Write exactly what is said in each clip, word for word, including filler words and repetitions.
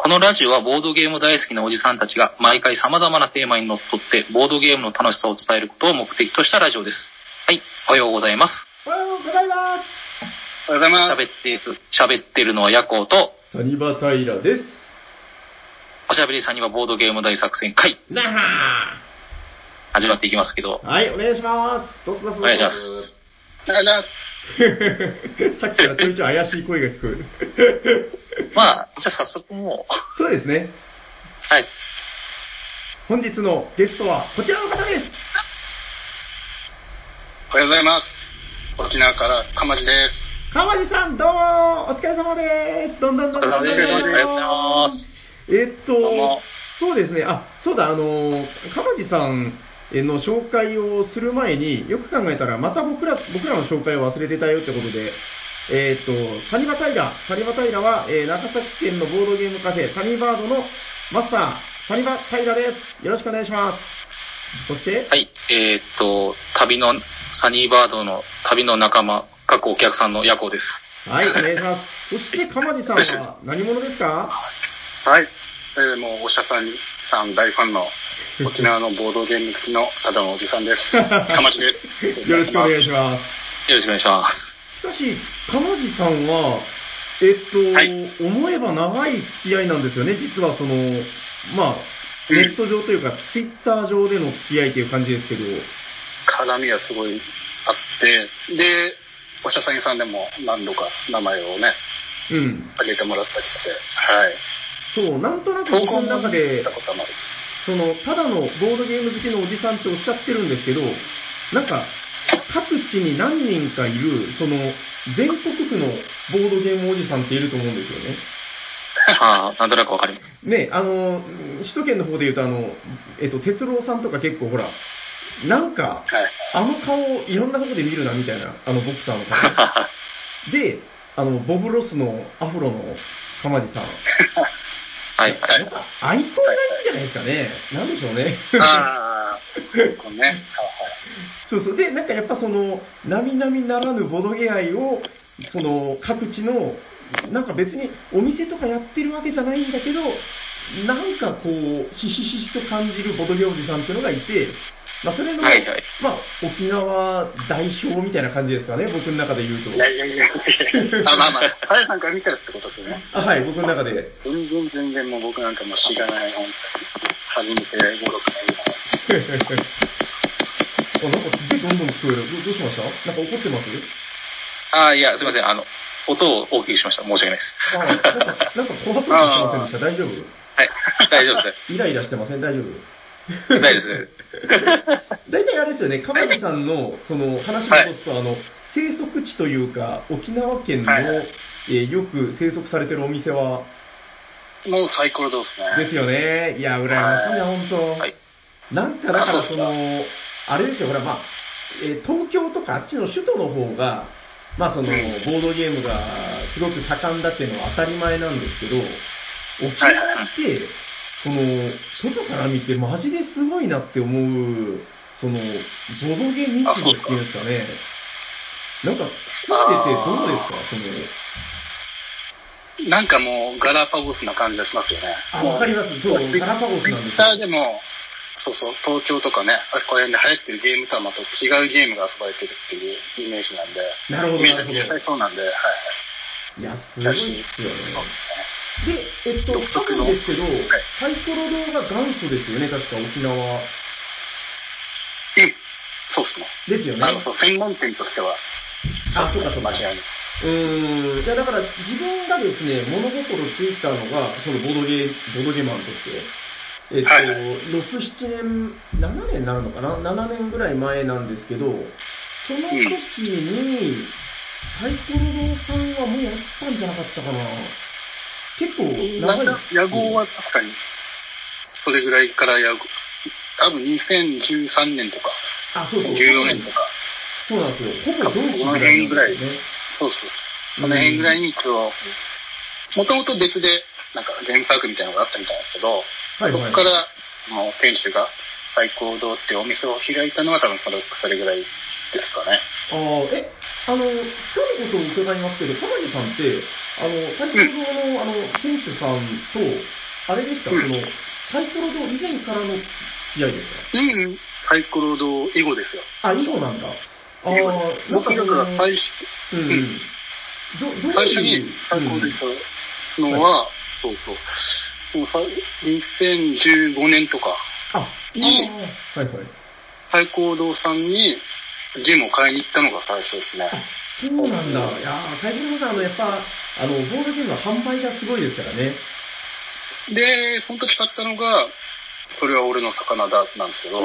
このラジオはボードゲーム大好きなおじさんたちが毎回様々なテーマにのっとってボードゲームの楽しさを伝えることを目的としたラジオです。はい、おはようございます。 おはようございます。 おはようございます。喋っている、喋ってるのはヤコウとサニバタイラです。 おしゃべりさんにはボードゲーム大作戦会なは始まっていきますけど。 はい、お願いします。どうぞどうぞ。 お願いします。 ななさっきからちょいちょい怪しい声が聞こえる。 まあ、じゃあ早速もう。 そうですね。 はい。 本日のゲストはこちらの方です。 おはようございます。沖縄からかまじです。 かまじさん、どうもお疲れ様です。どんどんどんどんどん。 お疲れ様です。ありがとうございます。 えっと、そうですね。あ、そうだ、あの、かまじさんの紹介をする前によく考えたらまた僕ら僕らの紹介を忘れてたよってことで、えー、っとサニバタイラサニバタイラは、えー、長崎県のボードゲームカフェサニーバードのマスターサニバタイラです。よろしくお願いします。そしてはい、えー、っと旅のサニーバードの旅の仲間各お客さんのヤコウです。 はい、お願いします。そしてかまじさんは何者ですか？ はい、えー、もうおしゃさんさん大ファンの沖縄のボードゲーム好きのただのおじさんです。かまじです。 よろしくお願いします。 よろしくお願いします。 しかし、かまじさんは、えっと、はい、思えば長い付き合いなんですよね。実はその、まあ、ネット上というか、ツイッター上での付き合いという感じですけど。 絡みはすごいあって、で、おしゃさんさんでも何度か名前をね、うん。挙げてもらったりして、はい。 そう、なんとなく僕の中で、そのただのボードゲーム好きのおじさんっておっしゃってるんですけど、なんか各地に何人かいるその全国区のボードゲームおじさんっていると思うんですよね。 ああ、なんとなくわかります。 ね、あの首都圏の方でいうとあのえっと哲郎さんとか結構ほらなんか、はい、あの顔いろんなとこで見るなみたいなあのボクサーの方で、あのボブロスのアフロのかまじさん。 はいはい。 やっぱアイコンがいいんじゃないですかね。なんでしょうね。 ああ、アイコンね。 そうそう。で、なんかやっぱその、並々ならぬボドゲ愛を、その、各地の、なんか別にお店とかやってるわけじゃないんだけど、なんかこう、ひしひしと感じるボドゲおじさんっていうのがいて、まあそれの、はいはい、まあ沖縄代表みたいな感じですかね、僕の中で言うと。 いやいやいやいや。あ、まあまあ、ハヤさんから見たらってことですよね。 あ、はい、僕の中で。 全然全然もう僕なんかもう知らない、本当に。初めてご、ろくねんぐらい。 あ、なんかすげえどんどん聞こえる。どうしました？なんか怒ってます？ あ、いや、すいません。あの、音を大きくしました。申し訳ないです。 あ、なんか、なんか怖そうにしてませんでした？大丈夫？ はい、大丈夫です。 イライラしてません？大丈夫？ 大丈夫です。 大体あれですよね、かまじさんのその話を戻すと、はい、あの生息地というか、沖縄県の、はい、えー、よく生息されてるお店は、 もうサイコロ堂ですね。 ですよね。いや、羨ましいな、本当。はい、なんかだからその、あれですよ、ほら、まあ、えー、東京とかあっちの首都の方が、まあその、ボードゲームがすごく盛んだっていうのは当たり前なんですけど、沖縄って、はいはい、その外から見てマジですごいなって思うそのボドゲ日常っていうんですかね。なんか住んでてどうですか？ そのなんかもうガラパゴスな感じがしますよね。 あ、わかります。そう、ガラパゴスなんですよ。 でもそうそう東京とかね、これで流行ってるゲームとはまた違うゲームが遊ばれてるっていうイメージなんで。 なるほど。 イメージ実際そうなんで、はい。 いやすごいですよね。で、えっと、多分ですけど、サイコロ堂が元祖ですよね、確か沖縄。うん、 そうっすね。 ですよね。 あの、そう、専門店としては。 あ、そうかそうか。 間違いない。 うーん。いや、だから自分がですね、物心ついたのが、そのボドゲ、ボドゲマンとして、えっと、はい、ろく、ななねん、ななねんになるのかな ?なな 年ぐらい前なんですけど、その時に、うん、サイコロ堂さんはもうやったんじゃなかったかな。結構長い。 野号は確かにそれぐらいから野号、多分にせんじゅうさんねんとか、 あ、そうそう、 じゅうよねんとか、 そうなんですよ。ほぼ同期ぐらいなんですね。そうそう。その辺ぐらいにこう、もともと別でなんか原作みたいなのがあったみたいですけど、はいはい、そこからもう店主が最高堂ってお店を開いたのは多分それそれぐらいですかね。 ああ、え、 あの、一人のことを伺いますけど、玉木さんって、あの、サイコロ堂の、あの、選手さんと、あれですか、うん、その、サイコロ堂以前からの付き合いですか？ うん、サイコロ堂以後ですよ。 あ、以後なんだ。ああ、 なんかだから最初、 うん、うん、 どど最初にサイコロでしたのは、うん、そうそう、もうさにせんじゅうごねんとかに、 はいはい、 サイコロ堂さんにゲームを買いに行ったのが最初ですね。 そうなんだ。いやー、サイコロ堂さん、あの、やっぱ、あの、ボードゲームの販売がすごいですからね。 で、その時買ったのが、それは俺の魚だなんですけど。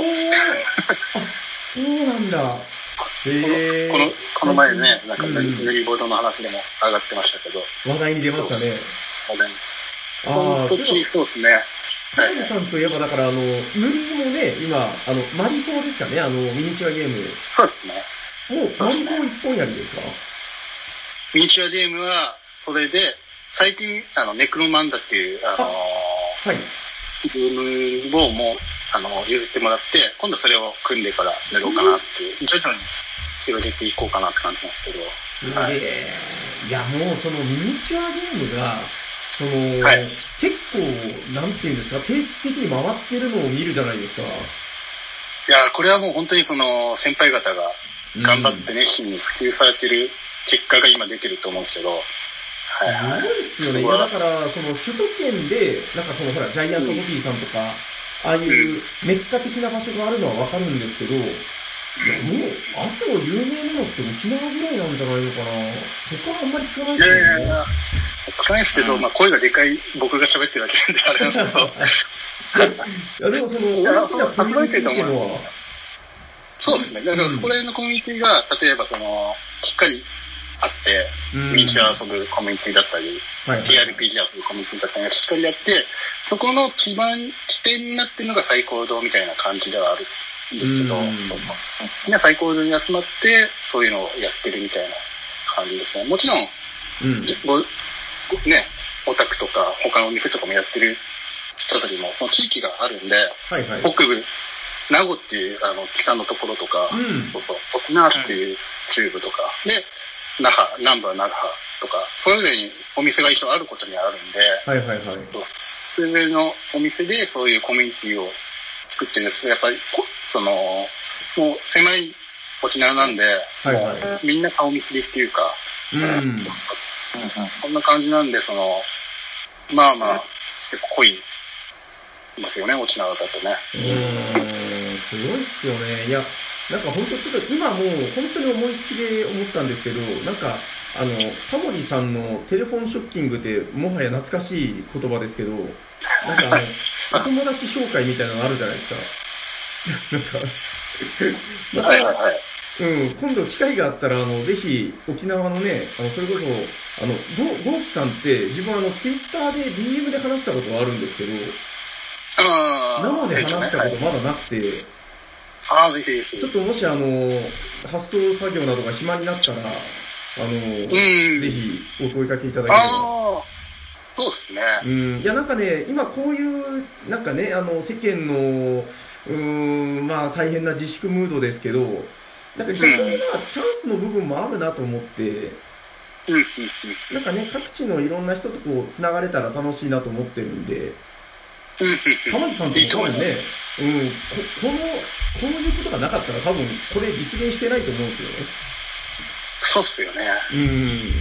そうなんだ。 へこの、この前ね、なんか、塗りボードの話でも上がってましたけど。 話題に出ましたね。 その時、そうですね。 タイムさんといえば、だから、あの、塗りもね、今、あの、マリコーですかね、あの、ミニチュアゲーム。 そうですね。 もう、マリコー一本やりですか？ ミニチュアゲームは、それで、最近、あの、ネクロマンダっていう、あのー、 はい。 ゲームをもう、あの、譲ってもらって、今度それを組んでから塗ろうかなっていう、徐々に広げていこうかなって感じなんですけど。 はい。いや、もう、その、ミニチュアゲームが、その、はい、結構、なんていうんですか、定期的に回ってるのを見るじゃないですか。いや、これはもう本当にこの先輩方が頑張って熱心に普及されてる結果が今出てると思うんですけど、 はいはい、すごいですよね。いや、だから、その、首都圏で、なんかその、ほら、ジャイアントコピーさんとか、うん、ああいうメッカ的な場所があるのはわかるんですけど、いや、もう、あと有名なのって沖縄ぐらいなんじゃないのかな。他はあんまり聞かないですよね。 いやいやいや聞かないですけど、うん、まあ声がでかい僕が喋ってるだけなんであれなんですけど。いや、でもその、いや、その、コミュニティっていうのは、 そうですね。だからそこら辺のコミュニティが、例えばその、しっかりあって、ミニチュア遊ぶコミュニティだったり、はいはい、ティーアールピージー 遊ぶコミュニティだったりがしっかりあって、そこの基盤、起点になってるのがサイコロ堂みたいな感じではあるんですけど、そうそう。みんなサイコロ堂に集まって、そういうのをやってるみたいな感じですね。もちろん、うん、ね、オタクとか他のお店とかもやってる人たちもその地域があるんで、はいはい、北部名護っていうあの北のところとか、うん、そうそう沖縄っていう中部とか、うん、で那覇南部は那覇とかそれぞれにお店が一緒あることにあるんで、 はいはいはい、 それぞれのお店でそういうコミュニティを作ってるんですけど、やっぱりそのもう狭い沖縄なんで、はいはい、もうみんな顔見知りっていうか、うん、こんな感じなんで、その、まあまあ、結構濃いですよね、沖縄だとね。 うーん、すごいっすよね。いや、なんか本当ちょっと、今もう本当に思いつきで思ったんですけど、なんか、あの、タモリさんのテレフォンショッキングってもはや懐かしい言葉ですけど、なんかあの、お友達紹介みたいなのあるじゃないですか。なんか、また、はいはいはい、うん、今度機会があったら、あの、ぜひ、沖縄のね、あの、それこそ、あの、ゴーキさんって、自分あの、ツイッターで ディーエム で話したことがあるんですけど、 あ生で話したことまだなくて、 ああ、ぜひぜひ。 ちょっともしあの、発送作業などが暇になったら、あの、ぜひお声掛けいただければ。 ああ、そうですね。 うん、いやなんかね、今こういう、なんかね、あの、世間の、うーん、まあ大変な自粛ムードですけど、なんか逆にまあ、チャンスの部分もあるなと思って、なんかね、各地のいろんな人とこう、繋がれたら楽しいなと思ってるんで、玉木さんとも多分ね、うん、こ、この、こういうことがなかったら多分これ実現してないと思うんですよね。 そうっすよね。 うん。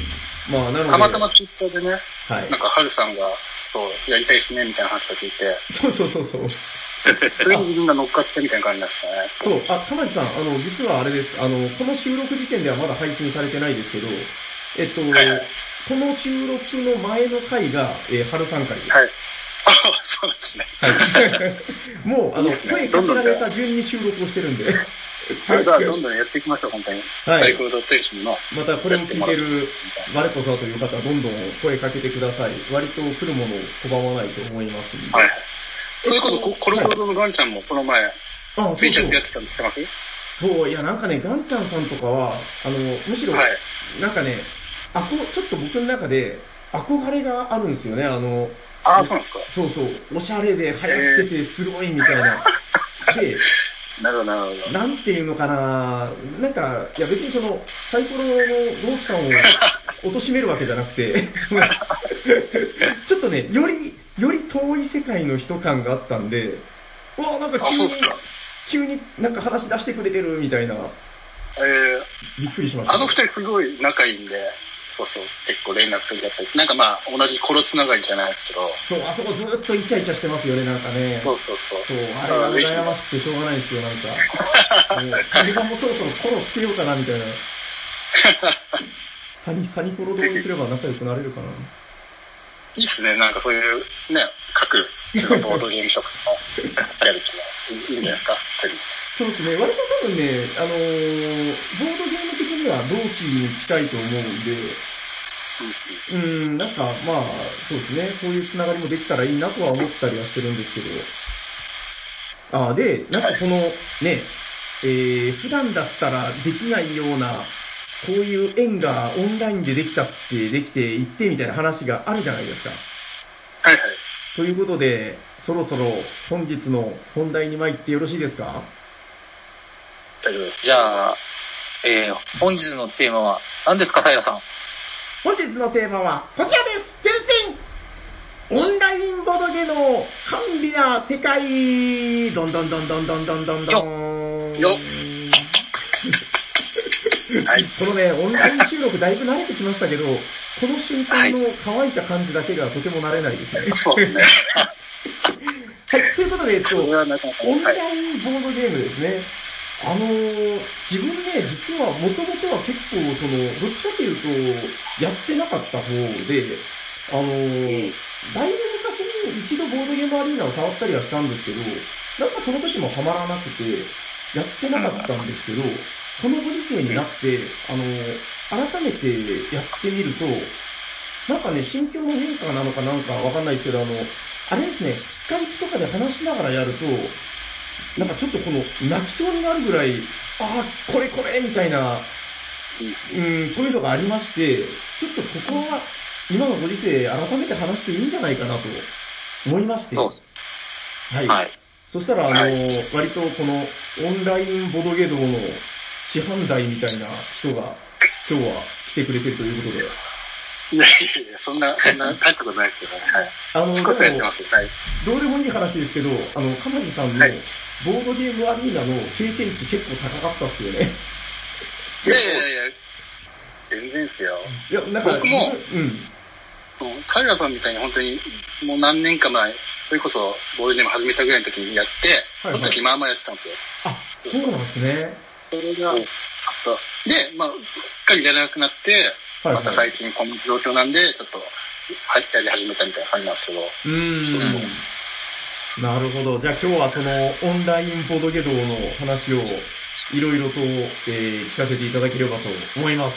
まあ、なので。 たまたまツイッターでね、 はい、 なんか、ハルさんが、そう、やりたいっすね、みたいな話を聞いて。 そうそうそうそう。 それに自分が乗っかってみたいな感じになったね。 そう、あ、玉木さん、あの、実はあれです。あの、この収録時点ではまだ配信されてないですけど、えっと、はいはい、この収録の前の回が、えー、春さん回です。 はい。あ、そうですね。 はい。もう、あの、いいね、声かけられた順に収録をしてるんで。 はい、じゃあ、どんどんやっていきましょう、本当に。はい。サイコロドットエイチの。 また、これを聞いてる、我こそという方は、どんどん声かけてください。割と来るものを拒まないと思いますので。 はい。それこそ、コロコロのガンちゃんも、この前、ツイキャスやってたの知ってます？ そう、いや、なんかね、ガンちゃんさんとかは、あの、むしろ、はい、なんかね、あこ、ちょっと僕の中で、憧れがあるんですよね、あの、 ああ、そうなんですか。 そうそう、おしゃれで流行っててすごいみたいな。で、 なるほど、なるほど。 なんていうのかな、なんか、いや別にその、サイコロの同期感を貶めるわけじゃなくて、ちょっとね、より、より遠い世界の人感があったんで、うわなんか急に、急になんか話し出してくれてるみたいな。 えー、 びっくりしました。 あの二人すごい仲いいんで、そうそう、結構連絡取り合ったり、なんかまあ、同じコロつながりじゃないですけど。 そう、あそこずっとイチャイチャしてますよね、なんかね。 そうそうそう。 そう、あれが羨ましくてしょうがないですよ、なんか。もう、サニバもそろそろコロつけようかな、みたいな。サニ、サニコロ同意すれば仲良くなれるかな。 いいっすね、なんかそういう、ね、各種のボードゲームショップのやる気がいいんじゃないですか、 そうですね、割と多分ね、あのー、ボードゲーム的には同期に近いと思うんで、うん、なんかまあ、そうですね、そういうつながりもできたらいいなとは思ったりはしてるんですけど、あで、なんかこのね、えー、普段だったらできないような、こういう縁がオンラインでできたって、できていってみたいな話があるじゃないですか。 はいはい。 ということで、そろそろ本日の本題に参ってよろしいですか？ じゃあ、えー、本日のテーマは何ですか、平さん。 本日のテーマはこちらです。てんてんオンラインボドゲの甘美な世界。どんどんどんどんどんどんどんどん。 よっ。はい、 このね、オンライン収録だいぶ慣れてきましたけど、この瞬間の乾いた感じだけがとても慣れないですね。 そうですね。 はい、ということで、えっと、オンラインボードゲームですね。あのー、自分ね、実はもともとは結構、その、どっちかというと、やってなかった方で、あのー、だいぶ昔に一度ボードゲームアリーナを触ったりはしたんですけど、なんかその時もハマらなくて、やってなかったんですけど、このご時世になって、あのー、改めてやってみると、なんかね、心境の変化なのかなんかわかんないですけど、あの、あれですね、スカイプとかで話しながらやると、なんかちょっとこの泣きそうになるぐらい、ああ、これこれみたいな、うん、そういうのがありまして、ちょっとここは今のご時世改めて話していいんじゃないかなと思いまして、はい。はい、そしたら、あの、はい、割とこのオンラインボドゲ道の師範代みたいな人が今日は来てくれてるということで、 いやいやいや、そんな、そんな大したことないですけどね。はい。あの、でも、はい、 どうでもいい話ですけど、あの、かまじさんのボードゲームアリーナの経験値結構高かったっすよね。 いやいやいや、全然ですよ。 いや、なんか、 僕も、うん。カイラさんみたいに本当に、もう何年か前、それこそボードゲーム始めたぐらいの時にやって、はいはい、その時まあまあやってたんですよ。 あ、そうなんですね。 それが、あと、で、まあ、すっかりやらなくなって、また最近この状況なんで、ちょっと、やり始めたみたいな感じなんですけど。うーん。なるほど。じゃあ今日はそのオンラインボードゲ道の話をいろいろと、えー、聞かせていただければと思います。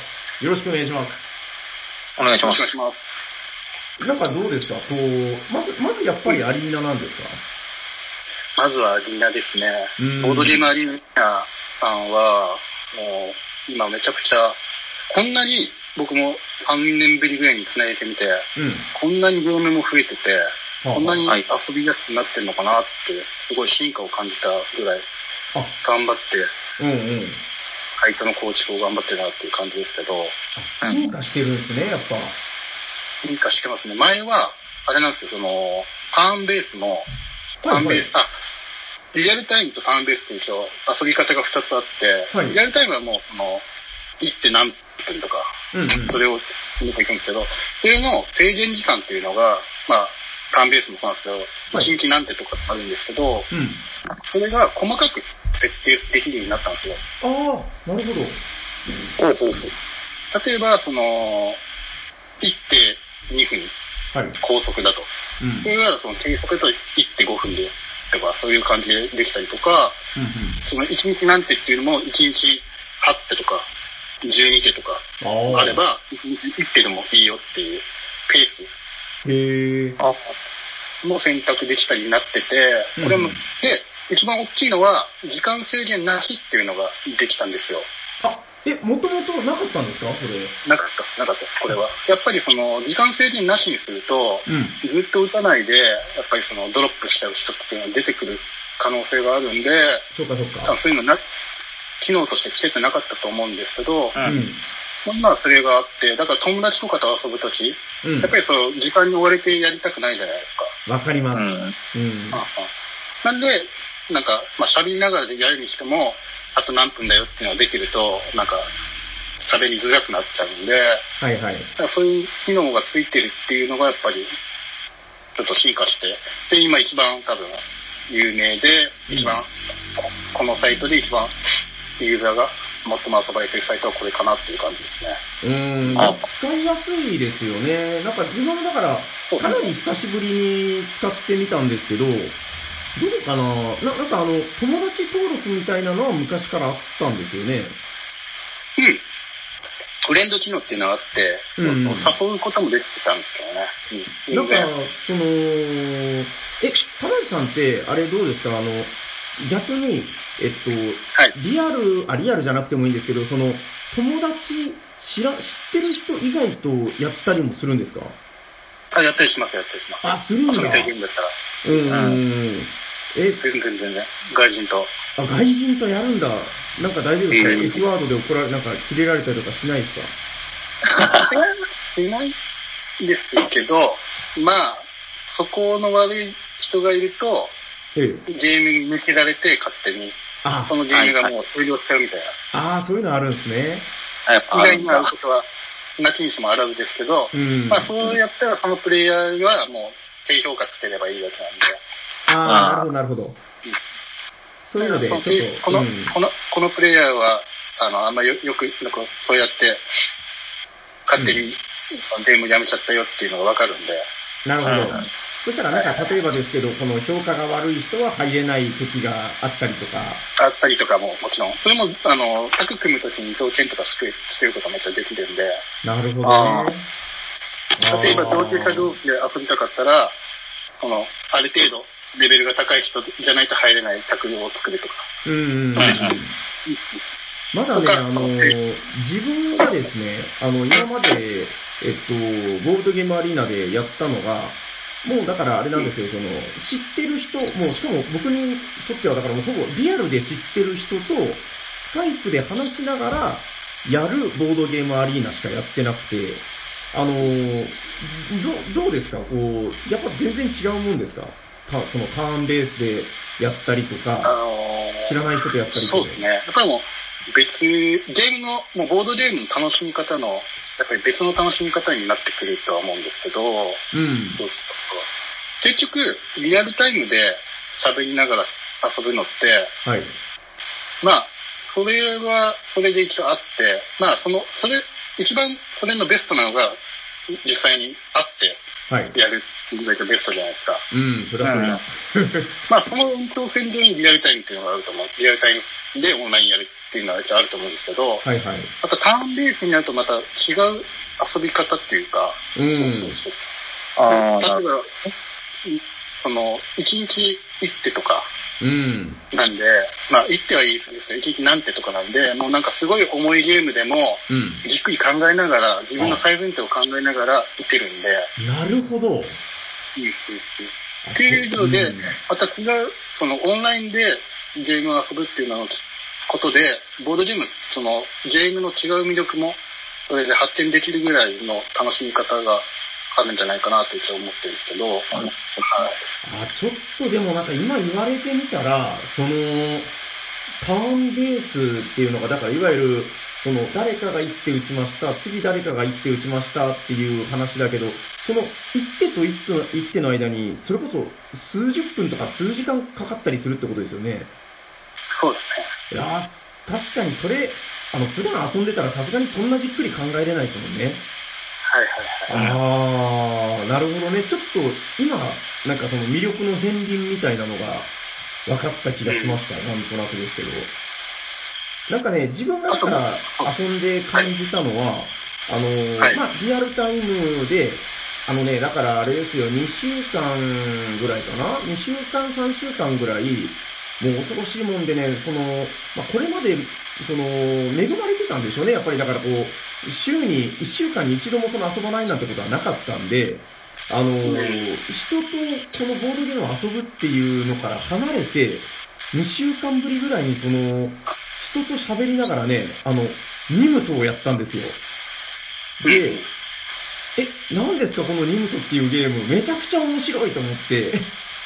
よろしくお願いします。 お願いします。 お願いします。 なんかどうですかこう、まず、まずやっぱりアリーナなんですか？ まずはアリーナですね。ボードゲームアリーナさんは、もう、今めちゃくちゃ、こんなに、僕もさんねんぶりぐらいに繋いでみて、うん、こんなにゲームも増えてて、はあ、こんなに遊びやすくなってるのかなって、すごい進化を感じたぐらい、頑張って、うんうん、サイトの構築を頑張ってるなっていう感じですけど。 進化してるんですね、やっぱ。 進化してますね。前は、あれなんですよ、その、ターンベースも、ターンベース、はいはい、あ、リアルタイムとターンベースって一応遊び方がふたつあって、はい、リアルタイムはもう、その、いって何分とか、うんうん、それを決めていくんですけど、それの制限時間っていうのが、まあ、ターンベースもそうなんですけど、はい、いちにち何手とかあるんですけど、うん、それが細かく設定できるようになったんですよ。 ああ、なるほど。 そうそうそう。例えば、その、いってにふん、高速だと。はい、うん、それがその低速だといってごふんで、とか、そういう感じでできたりとか、うんうん、そのいちにち何手っていうのもいちにちはち手とか、じゅうに手とかあれば、いち手でもいいよっていうペースも選択できたりになってて、これも、うん、で、一番大きいのは、時間制限なしっていうのができたんですよ。 あ、え、もともとなかったんですかそれ。 なかった、なかった、これは。やっぱりその、時間制限なしにすると、うん、ずっと打たないで、やっぱりその、ドロップしちゃう人っていうのが出てくる可能性があるんで、 そうかそうか。 そういうのな、機能としてつけてなかったと思うんですけど、 うん。 まあそれがあって、だから友達とかと遊ぶとき、うん、やっぱりそう、時間に追われてやりたくないじゃないですか。 わかります。うん。うん、 なんで、なんか、まあ喋りながらでやるにしても、あと何分だよっていうのができると、なんか、喋りづらくなっちゃうんで、 はいはい。 だからそういう機能がついてるっていうのがやっぱり、ちょっと進化して、で、今一番多分有名で、一番、うん、このサイトで一番ユーザーが最も遊ばれてるサイトはこれかなっていう感じですね。 うーん、使いやすいですよね。なんか自分もだから、かなり久しぶりに使ってみたんですけど、どうかなな、なんかあの、友達登録みたいなのは昔からあったんですよね。 うん。フレンド機能っていうのがあって、うんうん、誘うこともできてたんですけどね。 うん、なんか、その、え、田辺さんって、あれどうですかあの、逆に、えっと、はい、リアル、あ、リアルじゃなくてもいいんですけど、その、友達知ら、知ってる人以外とやったりもするんですか？ あ、やったりします、やったりします。 あ、するんだ。 遊びたいゲームだったら。 うん。うんえ、全然全然。外人と。 あ、外人とやるんだ。なんか大丈夫ですか？ F ワードで怒られ、なんか切れられたりとかしないですか？ しないですけど、まあ、そこの悪い人がいると、ゲームに抜けられて勝手に、そのゲームがもう終了しちゃうみたいな。 ああ、そういうのあるんですね。 意外にあることは、なきにしもあらずですけど、うん、まあそうやったらそのプレイヤーがもう低評価つければいいだけなんで。 ああ、なるほど、なるほど。そういうので、ちょっと、 この、うん、この、このプレイヤーは、あの、あんまよ、よく、なんかそうやって、勝手にゲームやめちゃったよっていうのがわかるんで。 なるほど。うん、そしたらなんか、例えばですけど、この評価が悪い人は入れない時があったりとか。 あったりとかももちろん。それも、あの、タッグ組むときに条件とか作ることももちろんできるんで。 なるほどね。 例えば同級者同士で遊びたかったら、この、ある程度、レベルが高い人じゃないと入れないタグを作るとか。 うんうんうん。まだね、あの、自分がですね、あの、今まで、えっと、ゴールドゲームアリーナでやったのが、もうだからあれなんですよ、その、知ってる人、もうしかも僕にとってはだからもうほぼリアルで知ってる人と、スカイプで話しながらやるボードゲームアリーナしかやってなくて、あの、ど、どうですかこう、やっぱ全然違うもんですかたそのターンベースでやったりとか、あのー、知らない人とやったりとか。 そうですね。やっぱりもう、別に、ゲームの、もうボードゲームの楽しみ方の、やっぱり別の楽しみ方になってくるとは思うんですけど、うん。そうそう。結局、リアルタイムで喋りながら遊ぶのって、はい。まあ、それは、それで一応あって、まあ、その、それ、一番それのベストなのが、実際にあって、やるっていうのがベストじゃないですか。 うん、それはそうだ。 まあ、その延長線上にリアルタイムっていうのがあると思う。リアルタイムでオンラインやるっていうのは一応あると思うんですけど、はいはい。あとターンベースになるとまた違う遊び方っていうか、うん、そうそうそう。あ例えば、その、一日一手とか、うん、なんで、まあ、一手は言い過ぎですけど、一日何手とかなんで、もうなんかすごい重いゲームでも、うん、じっくり考えながら、自分の最前提を考えながら打てるんで。 なるほど。うん、 っていうので、また違う、そのオンラインでゲームを遊ぶっていうののことで、ボードゲーム、そのゲームの違う魅力も、それで発展できるぐらいの楽しみ方があるんじゃないかなと一応思ってるんですけど、はい、 あちょっとでもなんか今言われてみたら、その、ターンベースっていうのが、だからいわゆる、その誰かが一手打ちました、次誰かが一手打ちましたっていう話だけど、その一手と一手の一手の間に、それこそ数十分とか数時間かかったりするってことですよね。 そうですね。いや確かにそれ、あの普段遊んでたらさすがにそんなじっくり考えれないですもんね。 はいはいはい。 あー、なるほどね。ちょっと今、なんかその魅力の片鱗みたいなのが分かった気がしました。なんとなくですけど。なんかね、自分がだから遊んで感じたのは、あのーはい、まあ、リアルタイムで、あのね、だからあれですよ、にしゅうかんぐらいかな ?に 週間、さんしゅうかんぐらい、もう恐ろしいもんでね、その、まあ、これまで、その、恵まれてたんでしょうね。やっぱりだからこう、週に、いっしゅうかんに一度もその遊ばないなんてことはなかったんで、 あのー、人とこのボードゲームを遊ぶっていうのから離れて、にしゅうかんぶりぐらいにその、人と喋りながらね、あの、ニムトをやったんですよ。で、え、何ですかこのニムトっていうゲーム、めちゃくちゃ面白いと思って、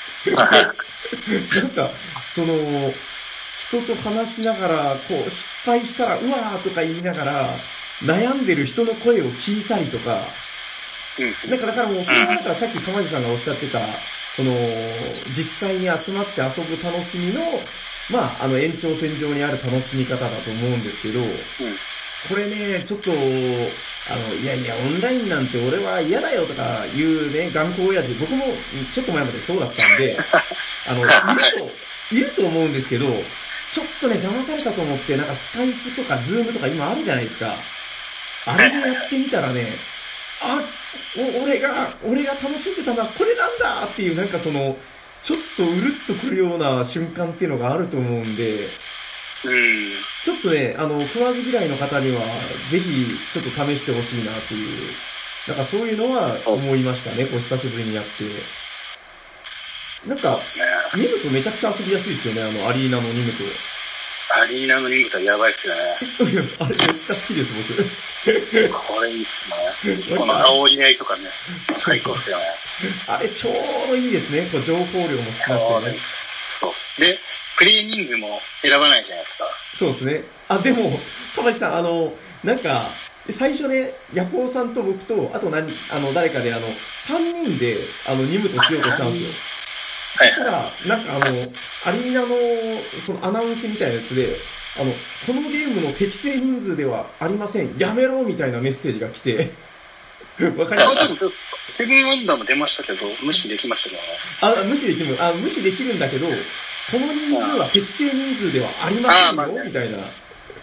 なんか、その、人と話しながら、こう、失敗したら、うわーとか言いながら、悩んでる人の声を聞いたりとか、だから、だからもう、それはだからさっき鎌地さんがおっしゃってた、その、実際に集まって遊ぶ楽しみの、まあ、あの、延長線上にある楽しみ方だと思うんですけど、これね、ちょっと、あの、いやいや、オンラインなんて俺は嫌だよとかいうね、頑固親父、僕もちょっと前までそうだったんで、あの、いると、いると思うんですけど、ちょっとね、騙されたと思って、なんかスカイプとかズームとか今あるじゃないですか。あれでやってみたらね、あ、お俺が、俺が楽しんでたのはこれなんだっていう、なんかその、ちょっとうるっとくるような瞬間っていうのがあると思うんで、 うん、 ちょっとね、あの、食わず嫌いの方には、ぜひ、ちょっと試してほしいなっていう、なんかそういうのは思いましたね、お久しぶりにやって。なんか、ね、ニムトめちゃくちゃ遊びやすいですよね、あの、アリーナのニムト。 アリーナのニムトはやばいっすよね。 あれめっちゃ好きです、僕。 これいいっすね。この煽り合いとかね、最高っすよね。 あれちょうどいいですね、こう情報量も少なくてね。 そう。で、プレイ人数も選ばないじゃないですか。 そうですね。あ、でも、玉木さん、あの、なんか、最初ね、ヤコウさんと僕と、あと何、あの、誰かで、あの、さんにんで、あの、ニムトしようとしたんですよ。 はい。 だから、なんかあの、アリーナの、そのアナウンスみたいなやつで、あの、このゲームの適正人数ではありません。やめろみたいなメッセージが来て、わかりますか？ セブンワンダーも出ましたけど、無視できましたけどね。 あ、無視できる、あ、無視できるんだけど、この人数は適正人数ではありませんよ、みたいな。も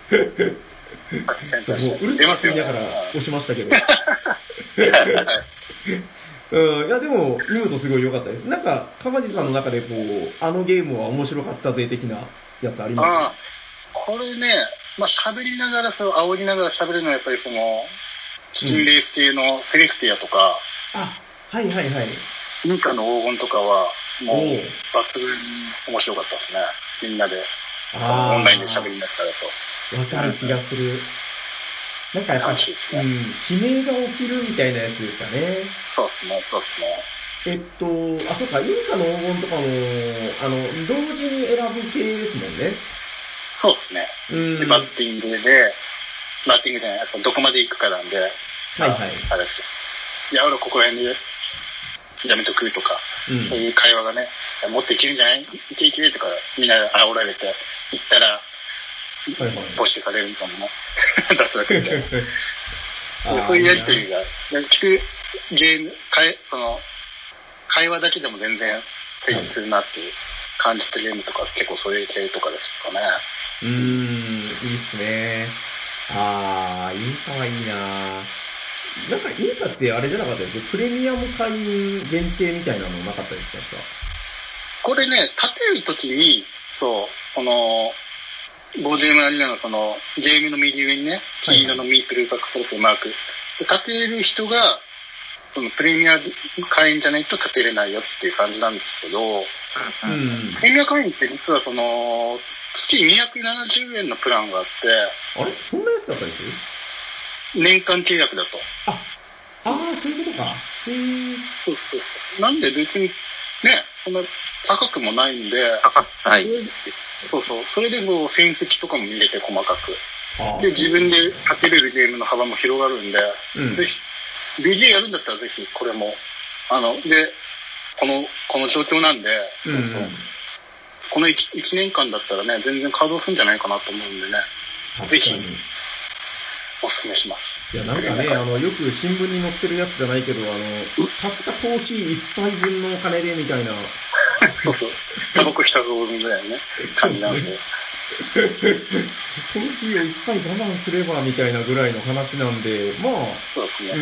う、うるさく言いながら押しましたけど。うん、いや、でも、見事すごい良かったです。なんか、鎌地さんの中で、こう、あのゲームは面白かったぜ的なやつありますか？ああ、 これね、まあ、喋りながら、そう、煽りながら喋るのは、やっぱりその、チキンレース系のセレクティアとか、 うん、あ、はいはいはい。 インカの黄金とかは、もう、抜群に面白かったですね。みんなで、オンラインで喋りながらと。 わかる気がする。なんかやっぱ、ね、うん、悲鳴が起きるみたいなやつですかね。 そうですね、そうですね。えっと、あ、そうか、インカの黄金とかも、あの、同時に選ぶ系ですもんね。 そうですね。うん、で、バッティングで、バッティングじゃない、どこまで行くかなんで、 はいはい。 あれですいや、俺ここら辺でやめとくとか、うん、そういう会話がね、もっといけるんじゃないいけいけとか、みんな煽られて、行ったら、はいはい、没収されるみたいな、脱落みたいな。そういうやりとりが、聞くゲーム、その、会話だけでも全然成立するなっていう感じたゲームとか、結構そういう系とかですかね。 うーん、いいっすね。あー、インカはいいななんかインカってあれじゃなかったですか？プレミアム会員限定みたいなのなかったですか？ これね、立てるときに、そう、この、ボードゲームアリーナのその、ゲームの右上にね、黄色のミープルバックソースマーク。立てる人が、そのプレミア会員じゃないと立てれないよっていう感じなんですけど、うん、プレミア会員って実はその、月にひゃくななじゅうえんのプランがあって、 あれそんなやつだったんです？ 年間契約だと。 あ、あー、そういうことか。へー。 そうそうそう。なんで別に、ね、そんな高くもないんで、 はい。 そうそう。それでもう戦績とかも見れて細かく。で、自分で勝てれるゲームの幅も広がるんで、うん、ぜひ、ビージー やるんだったらぜひこれも、あの、で、この、この状況なんで、そうそう。うんうん、この 1, いちねんかんだったらね、全然稼働するんじゃないかなと思うんでね、ぜひ、おすすめします。 いや、なんかね、あの、よく新聞に載ってるやつじゃないけど、あの、たったコーヒー一杯分のお金でみたいな。 そうそう。タバコ一箱分ぐらいのね、感じなんで。 コーヒーを一杯我慢すればみたいなぐらいの話なんで、まあ、 そうですね。 うん、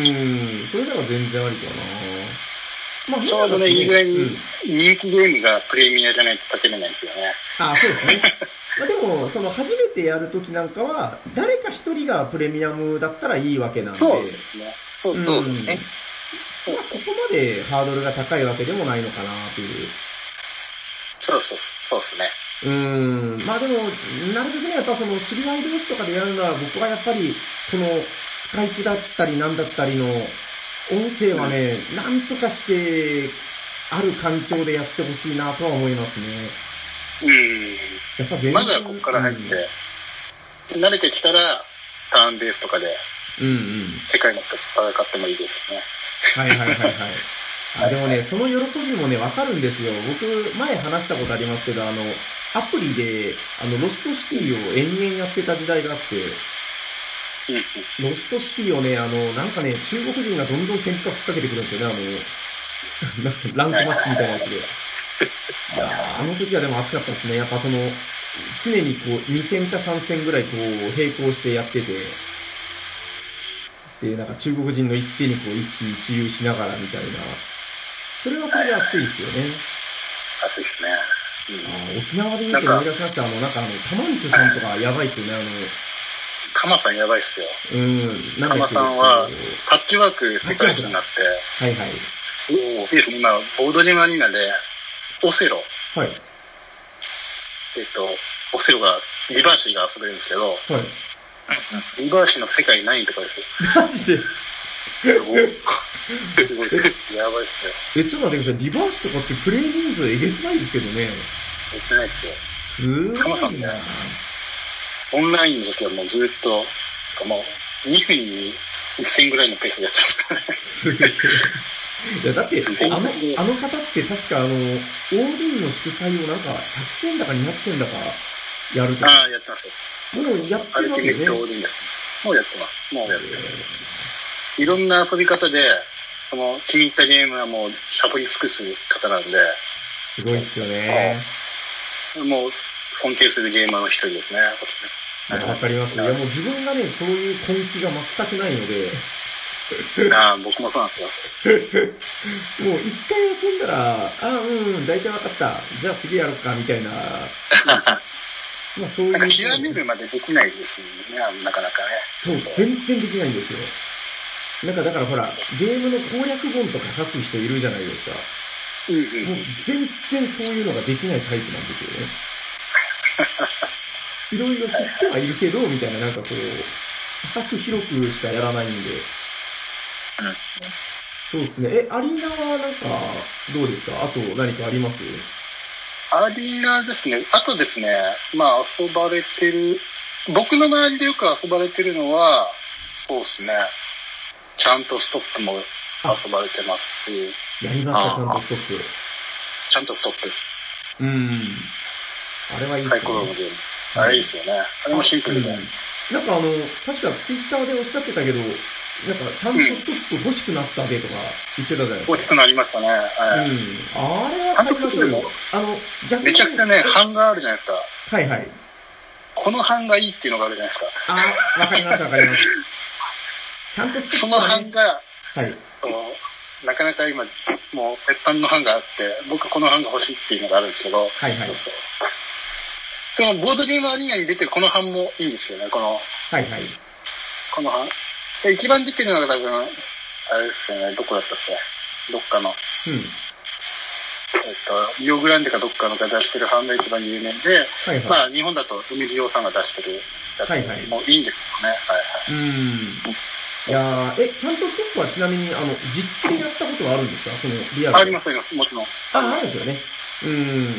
それなら全然ありかな。 まあ、ちょうどね、いいぐらいに人気ゲームがプレミアじゃないと立てれないんですよね。 ああ、そうですね。まあでも、その初めてやるときなんかは、誰か一人がプレミアムだったらいいわけなんで。 そうですね。そうそうですね。 まあ、ここままでハードルが高いわけでもないのかなという。 そうそう、そうですね。 うーん、まあでも、なるべくね、やっぱその知り合い同士とかでやるのは、僕はやっぱり、このスカイプだったりなんだったりの音声はね、うん、なんとかして、ある環境でやってほしいなとは思いますね。 うん。やっぱまずはここから入って、うん、慣れてきたら、ターンベースとかで、うんうん、世界の人と戦ってもいいですしね。 はいはいはいはい。あ、でもね、その喜びもね、わかるんですよ。僕、前話したことありますけど、あの、アプリで、あの、ロストシティを延々やってた時代があって、ロストシティをね、あの、なんかね、中国人がどんどん喧嘩ふっかけてくるんですよね、あの、ランクマッチみたいなやつで。いやー、あの時はでも熱かったですね。やっぱその、常にこう、に戦かさん戦ぐらいこう、並行してやってて、で、なんか中国人の一手にこう、一喜一憂しながらみたいな。それはそれで熱いですよね。 熱いですね。 うん、あ沖縄で言うと思い出しました。あの、なんかあの、タマンチュさんとかやばいっすよね、あの、 タマさんやばいっすよ。 うん、なんだっけ。 タマさんは、パッチワーク世界一になって、 はいはい。 おー、今、ボードゲームアリーナで、オセロ。 はい。 えっと、オセロが、リバーシーが遊べるんですけど、はい。リバーシーの世界ないとかですよ。 マジで。 すごい。すごいです。やばいっすよ。え、ちょっと待ってください。リバーシとかってプレイ人数えげつないですけどね。 えげつないっすよ。 すごいな。 オンラインの時はもうずっと、もうにふんにいっ戦ぐらいのペースでやってますからね。 いや、だって、あの、あの方って確かあの、オーディー の主催をなんかひゃく戦だかにひゃく戦だかやるとか。 ああ、やってます。 もうやってますよね。 アルティメットオーディーです。もうやってます。もうやってます。いろんな遊び方で、その、気に入ったゲームはもう、しゃぶり尽くす方なんで。 すごいっすよね。 もう、尊敬するゲーマーの一人ですね。 いや、わかります。いや、もう自分がね、そういう根気が全くないので。 ああ、僕もそうなんですよ。 もう一回遊んだら、ああ、うん、大体わかった。じゃあ次やろうか、みたいな。 まあそういう。なんか極めるまでできないですね、なかなかね。 そう、全然できないんですよ。なんかだからほら、ゲームの攻略本とか書く人いるじゃないですか。 うんうん、 もう全然そういうのができないタイプなんですよね。いろいろ知ってはいるけど、みたいな、なんかこう、浅く広くしかやらないんで。そうですね。え、アリーナはなんか、どうですか？あと何かあります？ アリーナですね。あとですね、まあ遊ばれてる、僕の周りでよく遊ばれてるのは、そうですね、ちゃんとストップも遊ばれてますし。 やりました、ちゃんとストップ。 ちゃんとストップ。うん。あれはいいですね。 サイコロのゲーム。あれいいですよね。あれもシンプルで。うん、 なんかあの、確かツイッターでおっしゃってたけど、なんか、ちゃんとストップ欲しくなったでとか言ってたじゃないですか。 欲しくなりましたね。 はい、うん。あれは買いましょうよ。あの、 逆にめちゃくちゃね、版があるじゃないですか。 はいはい。 この版がいいっていうのがあるじゃないですか。 あ、わかりますわかります。ちゃんとストップ、ね、 その版が、 はい。 なかなか今、もう、鉄板の版があって、僕この版が欲しいっていうのがあるんですけど、 はいはい。そうそう。 でも、ボードゲームアリーナに出てるこの版もいいんですよね、この。 はいはい。 この版。一番出てるのが多分、あれですよね、どこだったっけ、どっかの。うん。えっと、リオグランデかどっかのが出してる版が一番有名で、はいはい、まあ、日本だと海リオさんが出してるやつもいいんですよね。はいはい。うん。 いやー、え、ちゃんとストップはちなみに、あの、実機でやったことはあるんですか？その、リアルで。 あります、あります、もちろん。 あ、あるんですよね。うん。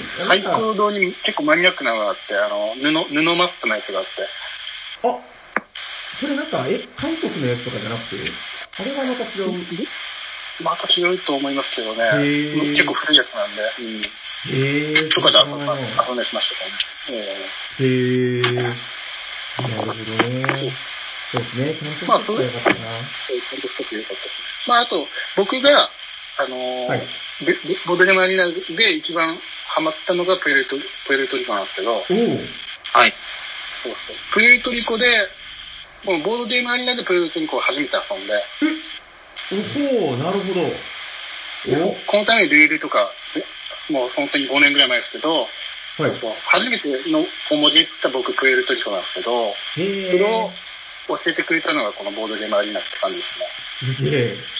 最高堂に結構マニアックなのがあって、あの、布、布マップのやつがあって。 あ、それなんか、え、韓国のやつとかじゃなくて、あれはまた違う？ また違うと思いますけどね。結構古いやつなんで。うん、 へー。 とかで遊んでしましたからね。 へー。なるほどね。そうですね。ちゃんとストップが良かったな。 まあ、そう、ちゃんとストップ良かったですね。まあ、あと、僕が、あのー、はい、ボドゲマリーナで一番ハマったのがプエルト、プエルトリコなんですけど。おー。はい。そうそう。プエルトリコで、もうボードゲームアリーナでプエルトリコを初めて遊んで。 おほー、なるほど。 おこのためにルールとか、もう本当にごねんぐらい前ですけど、はい、そうそう。初めてのお文字った僕プエルトリコなんですけど、それを教えてくれたのがこのボードゲームアリーナって感じですね。 すげえ。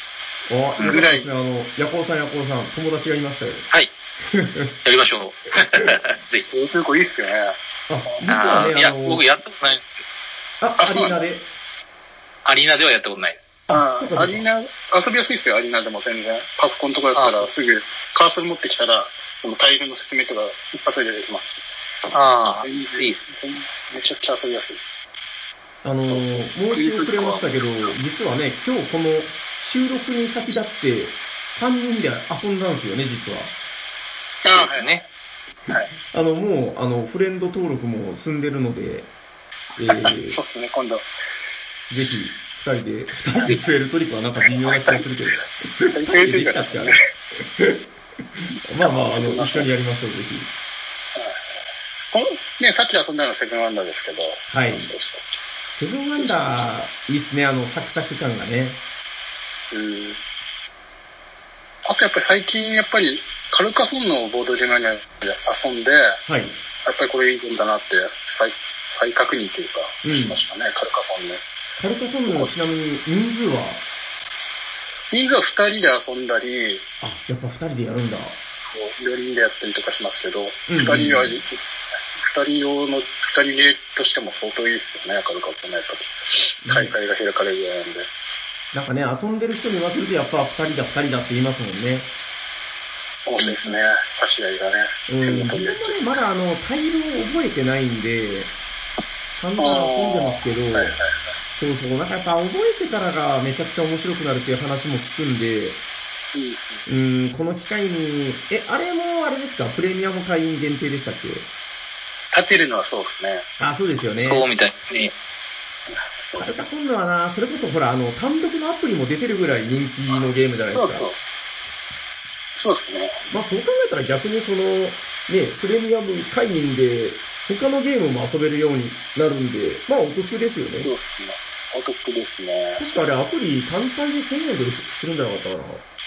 あ、ぐらい。あの、ヤコウさん、ヤコウさん、友達がいましたよ。 はい。やりましょう。ぜひ。 そういう子いいっすよね。あ、 実はね、 いや、僕やったことないんですけど。あ、アリーナでアリーナではやったことないです。 ああ、アリーナ、遊びやすいっすよ、アリーナでも全然。パソコンとかだったらすぐ、カーソル持ってきたら、そのタイルの説明とか一発でできます。 ああ、いいですね。 めちゃくちゃ遊びやすいです。 あのー、申し遅れましたけど、実はね、今日この収録に先立って、さんにんで遊んだんですよね、実は。 ああ、はいね。 はい。 あの、もう、あの、フレンド登録も済んでるので、 えー、そうですね、今度。ぜひ、二人で、二人でプエルトリコはなんか微妙な気がするけど。二人でできたっけあれ。まあまあ、あの、一緒にやりましょう、ぜひ。 このね、さっき遊んだのはセブンワンダーですけど。 はい。セブンワンダー、いいっすね、あの、サクサク感がね。 うん。あとやっぱり最近、やっぱり、カルカソンのボードゲームに遊んで、はい。やっぱりこれいいんだなって再、再確認というか、しましたね、うん、カルカソンね。 カルカソンのちなみに人数は人数はふたりで遊んだり、 あ、やっぱふたりでやるんだ。 よにんでやったりとかしますけど、うんうん、ふたりは、ふたり用の、ふたりゲーとしても相当いいですよね、カルカソンのやっぱり。大会が開かれるぐらいなんで。 なんかね、遊んでる人に言わせるとやっぱふたりだふたりだって言いますもんね。 そうですね、差し合いがね。 うん、自分もね、まだあの、タイルを覚えてないんで、散々遊んでますけど、はいはいはい、そうそう、なんかやっぱ覚えてからがめちゃくちゃ面白くなるっていう話も聞くんで、うん、うんこの機会に、え、あれもあれですか、プレミアム会員限定でしたっけ？ 立てるのはそうですね。 あ、そうですよね。 そうみたいね。 カルカ今度はな、それこそほら、あの、単独のアプリも出てるぐらい人気のゲームじゃないですか。 そうそう。そうですね。 まあそう考えたら逆にその、ね、プレミアム会員で、他のゲームも遊べるようになるんで、まあお得ですよね。 そうですね。お得ですね。 確かあれアプリ単体でせんえんでするんじゃなかったかな。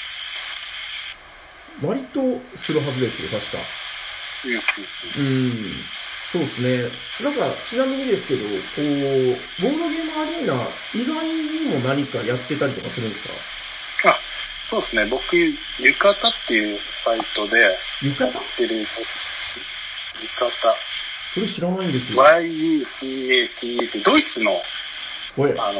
割とするはずですよ、確か。うん。そうですね。なんか、ちなみにですけど、こう、ボードゲームアリーナ以外にも何かやってたりとかするんですか？ あ、そうですね。僕、ゆかたっていうサイトで、 ゆかたってる、ゆかた。 それ知らないんですよ。 ワイユーティーエーティーエー ってドイツの、あの、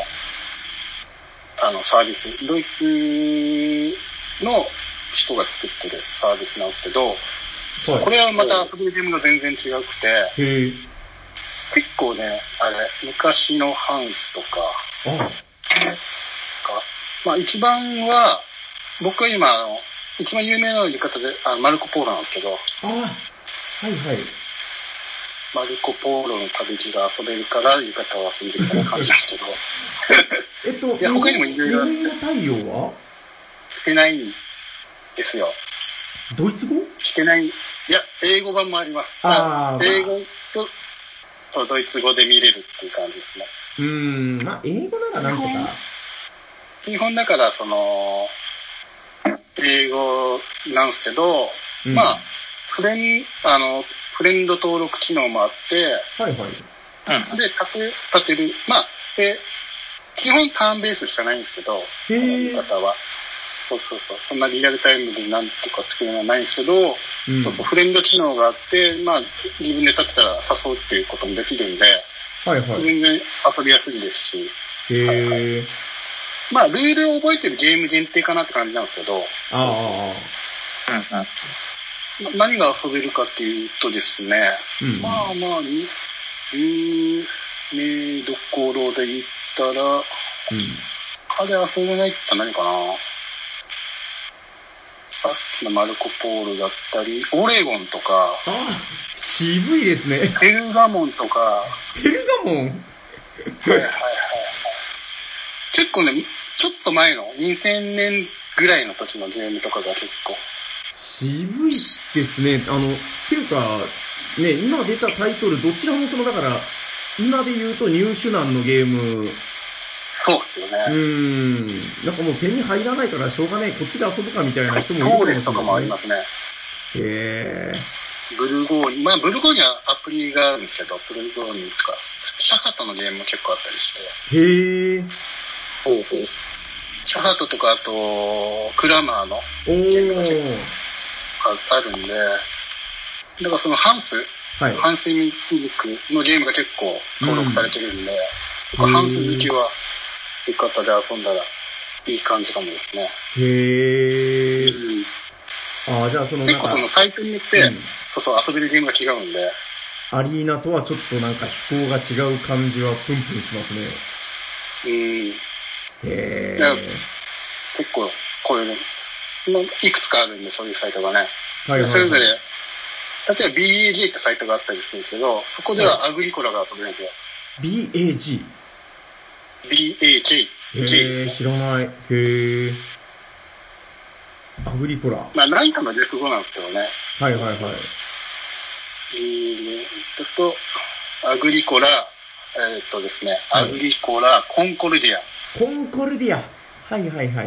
あのサービス、ドイツの人が作ってるサービスなんですけど、はい、これはまた遊びゲームが全然違くて、へ結構ね、あれ、昔のハンスとか、あまあ一番は、僕は今、あの一番有名な言い方で、あのマルコ・ポーロなんですけど、 あはいはい。 マルコ・ポーロの旅路が遊べるから、浴衣を遊んでるみたいな感じですけど。 えっと、 いや他にもいろいろあって。 日本語対応はしてないんですよ。 ドイツ語してない。いや、英語版もあります。あ英語と、とドイツ語で見れるっていう感じですね。 うーん、まあ、英語ならなんとか。 基本だから、その、英語なんですけど、うん、まあ、フレン、あの、フレンド登録機能もあって、はいはい。うん、で、立て、立てる、まあ、で、基本ターンベースしかないんですけど、この見方は。そうそうそう。そんなリアルタイムでなんとかっていうのはないんですけど、うん、そうそう、フレンド機能があって、まあ、自分で立てたら誘うっていうこともできるんで、はいはい。全然遊びやすいですし。へはいはい、まあ、ルールを覚えてるゲーム限定かなって感じなんですけど、ああ。そうそうそう。何が遊べるかっていうとですね、うん、まあまあ、有名どころで言ったら、うん、他で遊べないって何かな。さっきのマルコ・ポールだったり、オレゴンとか、 あ渋いですね。 ペルガモンとか、 ペルガモンはいはいはいはい。 結構ね、ちょっと前のにせんねんぐらいの時のゲームとかが結構。 渋いですね。あの、っていうか、ね、今出たタイトル、どちらもその、だから、今で言うと入手難のゲーム、 そうですよね。 うーん。なんかもう手に入らないからしょうがない、こっちで遊ぶかみたいな人もいるかもしれない、ね。 そうですとかもありますね。 へー。ブルゴーニュ、まあブルゴーニュはアプリがあるんですけど、ブルゴーニュとか、シャハトのゲームも結構あったりして。 へー。 ほうほう。 シャハトとか、あと、クラマーのゲームが結構あるんで、だからそのハンス、はい、ハンスミュージックのゲームが結構登録されてるんで、うん、ハンス好きは、浴衣で遊んだらいい感じかもですね。 へー。うん、あ、じゃあその結構そのサイトによって、うん、そうそう遊べるゲームが違うんで。 アリーナとはちょっとなんか趣向が違う感じはプンプンしますね。 うん。 へー。 結構こういうの、いくつかあるんで、そういうサイトがね。はいはいはい、それぞれ、例えば ビーエージー ってサイトがあったりするんですけど、そこではアグリコラが遊べるんですよ。 ビーエージー？ ビーエージー。 へー、知らない。へー。アグリコラ。 まあ何かの略語なんですけどね。 はいはいはい。 えーっと、アグリコラ、えー、っとですね、はい、アグリコラ、コンコルディア。 コンコルディア。はいはいはい。はいはいはい。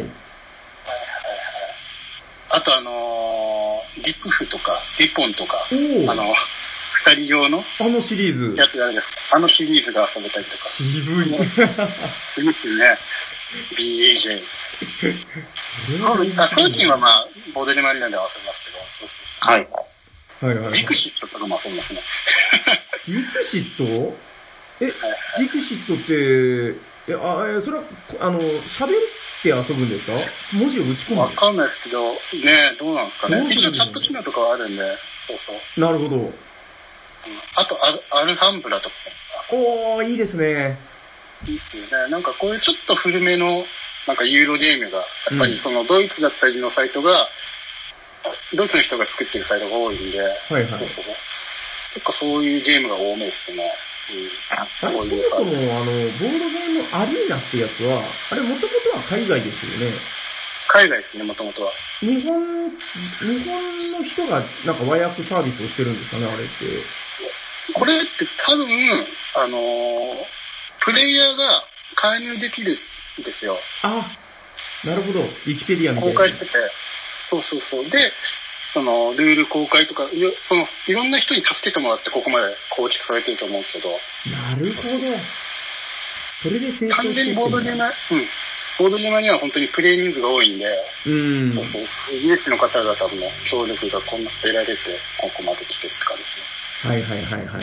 あとあのー、リプフとか、リポンとか、あの、二人用のあのシリーズ。 やつがあるんです。あのシリーズが遊べたりとか。 渋い。 すごいね。ビーエージェー。あ、最近はまあ、ボーデルマリナでは遊びますけど、そうそうそう。はい。 はいはいはい。 ディクシットとかも遊びますね。 ディクシットえ、はいはい、ディクシットって、え、あ、それは、あの、喋って遊ぶんですか？文字を打ち込む？ わかんないですけど、ね、どうなんですかね。一応チャット機能とかはあるんで、そうそう。 なるほど。うん、 あとアル、アルハンブラとか。 おー、いいですね。 いいですよね。なんかこういうちょっと古めの、なんかユーロゲームが、やっぱりそのドイツだったりのサイトが、ドイツの人が作ってるサイトが多いんで、はいはい、そうそう、結構そういうゲームが多めですね。うん、 あれ、そもそもあの、ボードゲームアリーナってやつは、あれもともとは海外ですよね。 海外ですね、もともとは。 日本、日本の人がなんか和訳サービスをしてるんですかね、あれって。 これって多分、あのー、プレイヤーが介入できるんですよ。 あ、なるほど。ウィキペディアみたいな。 公開してて。そうそうそう。で、その、ルール公開とか、その、いろんな人に助けてもらってここまで構築されてると思うんですけど。 なるほど。それで成長してる。 完全にボードゲーマー、うん。ボードゲーマーには本当にプレイ人数が多いんで、 うん。 そうそう。イギリスの方々の協力がこんな得られて、ここまで来てるって感じですね。 はいはいはいはいはい。はい、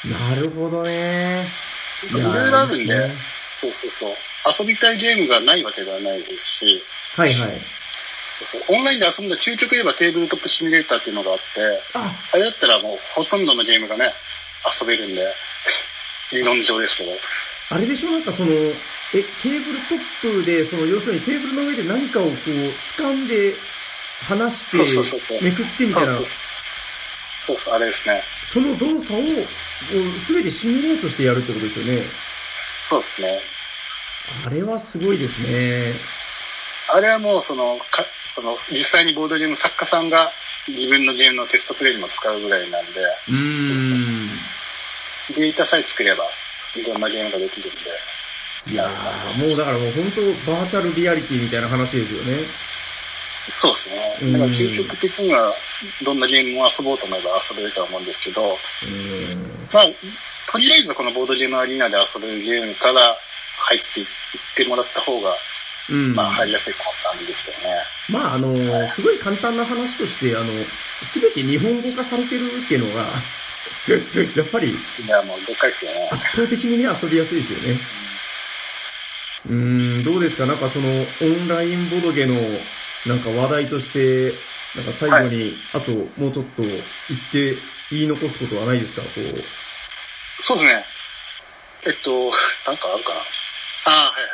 なるほどね。 いろいろあるんで、ね、そうそうそう。遊びたいゲームがないわけではないですし、 はいはい。 オンラインで遊んだ究極言えばテーブルトップシミュレーターっていうのがあって、あ, あれだったらもうほとんどのゲームがね、遊べるんで、理論上ですけど。 あれでしょ、なんかその、え、テーブルトップで、その要するにテーブルの上で何かをこう、掴んで、離して、そうそうそうめくってみたいな。 そうそう、あれですね。 その動作を、すべてシミュレートしてやるってことですよね。 そうですね。 あれはすごいですね。 あれはもうその、かその実際にボードゲーム作家さんが自分のゲームのテストプレイにも使うぐらいなんで、 うーんデータさえ作ればいろんなゲームができるんで。いやー、もうだからもう本当バーチャルリアリティみたいな話ですよね。 そうですね。だから究極的にはどんなゲームも遊ぼうと思えば遊べるとは思うんですけど、うんまあ、とりあえずこのボードゲームアリーナで遊べるゲームから入っていってもらった方が、うん、まあ入りやすい感じですよね。 まああのー、すごい簡単な話として、あの、すべて日本語化されてるっていうのが、やっぱり、 いやもうでかいですよね。 圧倒的にね、遊びやすいですよね。うーん、どうですか、なんかその、オンラインボドゲの、なんか話題として、なんか最後に、はい、あともうちょっと言って言い残すことはないですか、こう。 そうですね。えっと、なんかあるかな。ああ、はいはい。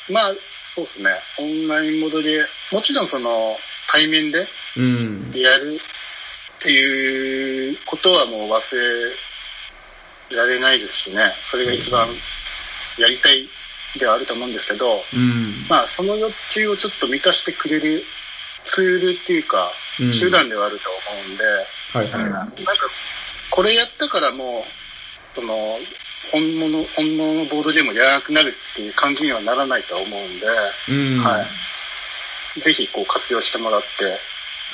まあ、そうですね。オンラインボドゲ、もちろんその、対面で、やるっていうことはもう忘れられないですしね。それが一番やりたいではあると思うんですけど、うん、まあその欲求をちょっと満たしてくれるツールっていうか、うん、手段ではあると思うんで、はいはい、なんかこれやったからもうその本物本物のボードゲームをやらなくなるっていう感じにはならないと思うんで、うん、はい、ぜひこう活用してもらって、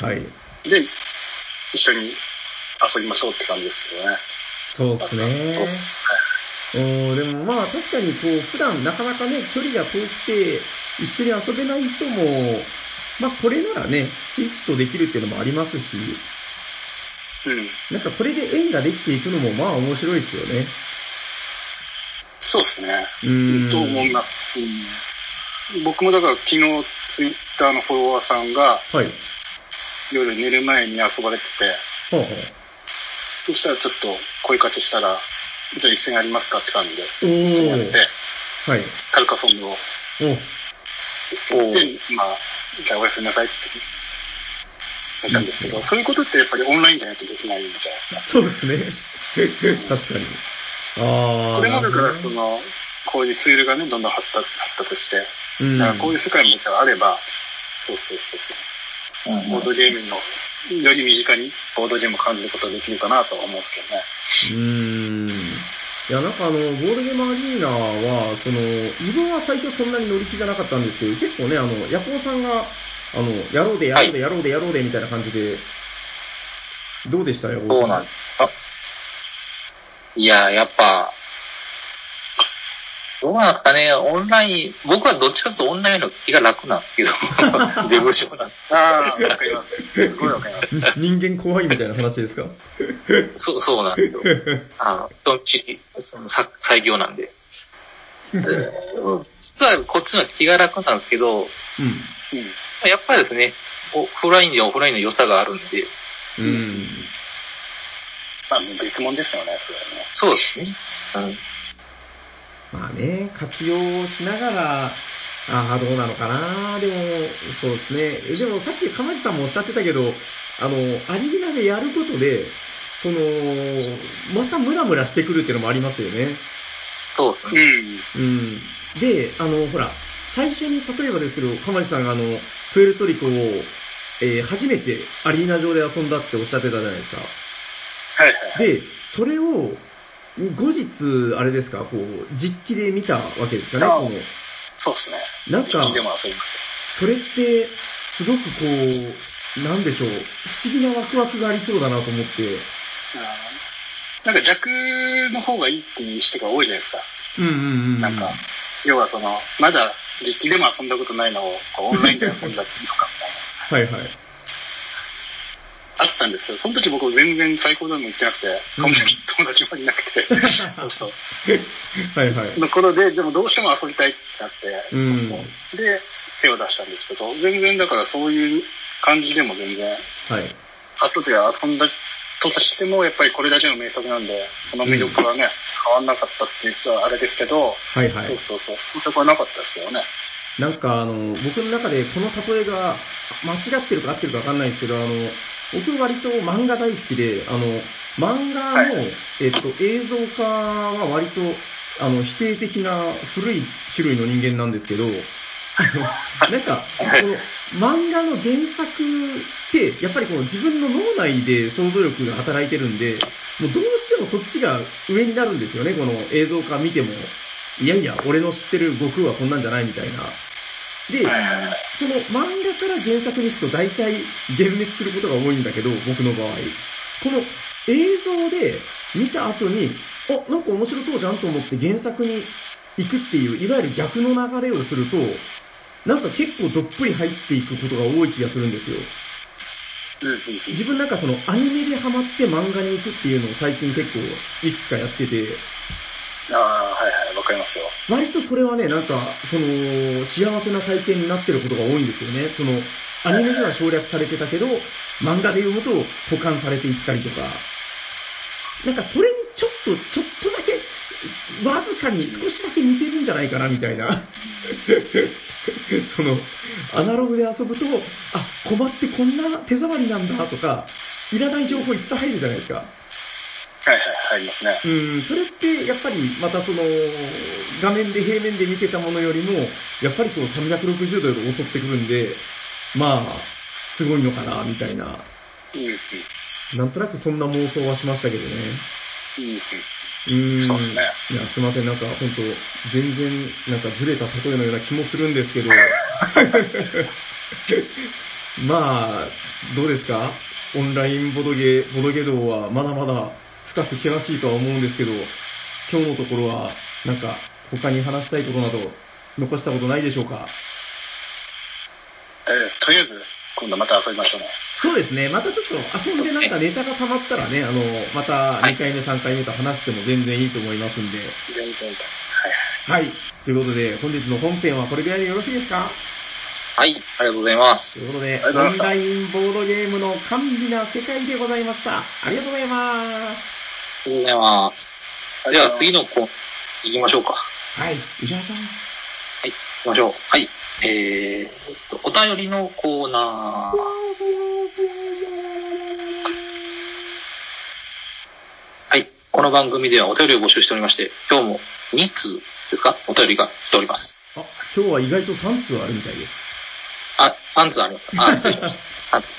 はい、で一緒に遊びましょうって感じですけどね。 そうですね。 うん、でもまあ確かにこう、普段なかなかね、距離が遠くて、一緒に遊べない人も、まあこれならね、スイッチとできるっていうのもありますし、 うん。 なんかこれで縁ができていくのもまあ面白いですよね。 そうですね。 うーん。 と思います。うん。僕もだから昨日ツイッターのフォロワーさんが、 はい。 夜寝る前に遊ばれてて、 ほうほう。 そしたらちょっと声かけしたら、じゃあ一戦ありますかって感じで、 一戦やって、 はい。 カルカソンヌを。 おで、まあ、じゃあおやすみなさいって言って、やったんですけど、そういうことってやっぱりオンラインじゃないとできないじゃないですか。 そうですね。確かに。ああ。 これまでからその、こういうツールがね、どんどん発達発達して、 うん、 だからこういう世界もあれば、そうそうそうそう、うん、ボードゲームのより身近にボードゲームを感じることができるかなとは思うんですけどね。 うーん。いや、なんかあの、ボードゲームアリーナは、その、自分は最初そんなに乗り気じゃなかったんですけど、結構ね、あの、ヤコウさんが、あの、やろうでやろうでやろうでやろうでみたいな感じで、どうでしたよ、 そうなんですか。いや、やっぱ、どうなんですかね、オンライン、僕はどっちかというとオンラインの気が楽なんですけど、デブ症なんです。 ああ、わかります。すごいわかります。 人間怖いみたいな話ですかそう、そうなんですよ。あの、どっち、その、裁業なんで。実はこっちの気が楽なんですけど、うん。やっぱりですね、オフラインにはオフラインの良さがあるんで。 うん。 まあ、別物ですよね、それはね。 そうですね。うん。 まあね、活用しながら、ああ、どうなのかな、でも、そうですね。でもさっき鎌地さんもおっしゃってたけど、あの、アリーナでやることで、その、またムラムラしてくるっていうのもありますよね。 そうですね。 うん。で、あの、ほら、最初に例えばですけど、鎌地さんがあの、プエルトリコを、えー、初めてアリーナ上で遊んだっておっしゃってたじゃないですか。 はいはい。 で、それを、後日、あれですか、こう、実機で見たわけですかね、この。 そうですね。 なんか、それって、すごくこう、なんでしょう、不思議なワクワクがありそうだなと思って。 なんか弱の方がいいっていう人が多いじゃないですか。 うんうんうん。 なんか、要はその、まだ実機でも遊んだことないのを、オンラインで遊んじゃっていいのかみたいな。 はいはい。 あったんですけど、その時僕全然最高でも行ってなくて、友達もいなくて、そうそう。 はいはい。 の頃で、でもどうしても遊びたいってなって、 うん、 そうそうで、手を出したんですけど、全然だからそういう感じでも全然、はい、後で遊んだとしても、やっぱりこれだけの名作なんで、その魅力はね、うん、変わんなかったっていう人はあれですけど、 はいはい。 そうそうそう、魅力はなかったですけどね。 なんかあの、僕の中でこの例えが間違ってるか合ってるかわかんないですけど、あの、僕割と漫画大好きで、あの、漫画の、はい、えっと、映像化は割と、あの、否定的な古い種類の人間なんですけど、なんか、この漫画の原作って、やっぱりこの自分の脳内で想像力が働いてるんで、もうどうしてもそっちが上になるんですよね、この映像化見ても。いやいや、俺の知ってる悟空はこんなんじゃないみたいな。で、その漫画から原作に行くと大体幻滅することが多いんだけど、僕の場合。この映像で見た後に、あ、なんか面白そうじゃんと思って原作に行くっていう、いわゆる逆の流れをすると、なんか結構どっぷり入っていくことが多い気がするんですよ。自分なんかそのアニメでハマって漫画に行くっていうのを最近結構いくつかやってて、 ああ、はいはい、わかりますよ。 割とそれはね、なんか、その、幸せな体験になってることが多いんですよね。その、アニメでは省略されてたけど、漫画で読むと保管されていったりとか、なんかそれにちょっと、ちょっとだけ、わずかに少しだけ似てるんじゃないかな、みたいな。その、アナログで遊ぶと、あ、困ってこんな手触りなんだとか、いらない情報いっぱい入るじゃないですか。 はいはい、入りますね。 うん、それってやっぱりまたその画面で平面で見てたものよりもやっぱりこうさんびゃくろくじゅうどで襲ってくるんで、まあすごいのかなみたいな、うん、なんとなくそんな妄想はしましたけどね。 うん、うん、そうですね。 いやすいません、なんか本当全然なんかずれた例えのような気もするんですけど、まあどうですか、オンラインボドゲボドゲ道はまだまだ深く険しいとは思うんですけど、 今日のところは、なんか、他に話したいことなど、残したことないでしょうか？ えー、とりあえず、今度また遊びましょうね。 そうですね。またちょっと遊んでなんかネタが溜まったらね、あの、またにかいめ、さんかいめと話しても全然いいと思いますんで。 全然いいと。 はい。はい。ということで、本日の本編はこれぐらいでよろしいですか？ はい、ありがとうございます。 ということで、オンラインボードゲームの甘美な世界でございました。ありがとうございます。 ありがとうございます。では次のコーナー行きましょうか。 はい、行きましょう。 はい、行きましょう。はい。えー、お便りのコーナー。はい。この番組ではお便りを募集しておりまして、今日もに通ですか？お便りが来ております。 あ、今日は意外とさん通あるみたいです。 あ、さん通ありますか？あ、失礼しました。はい。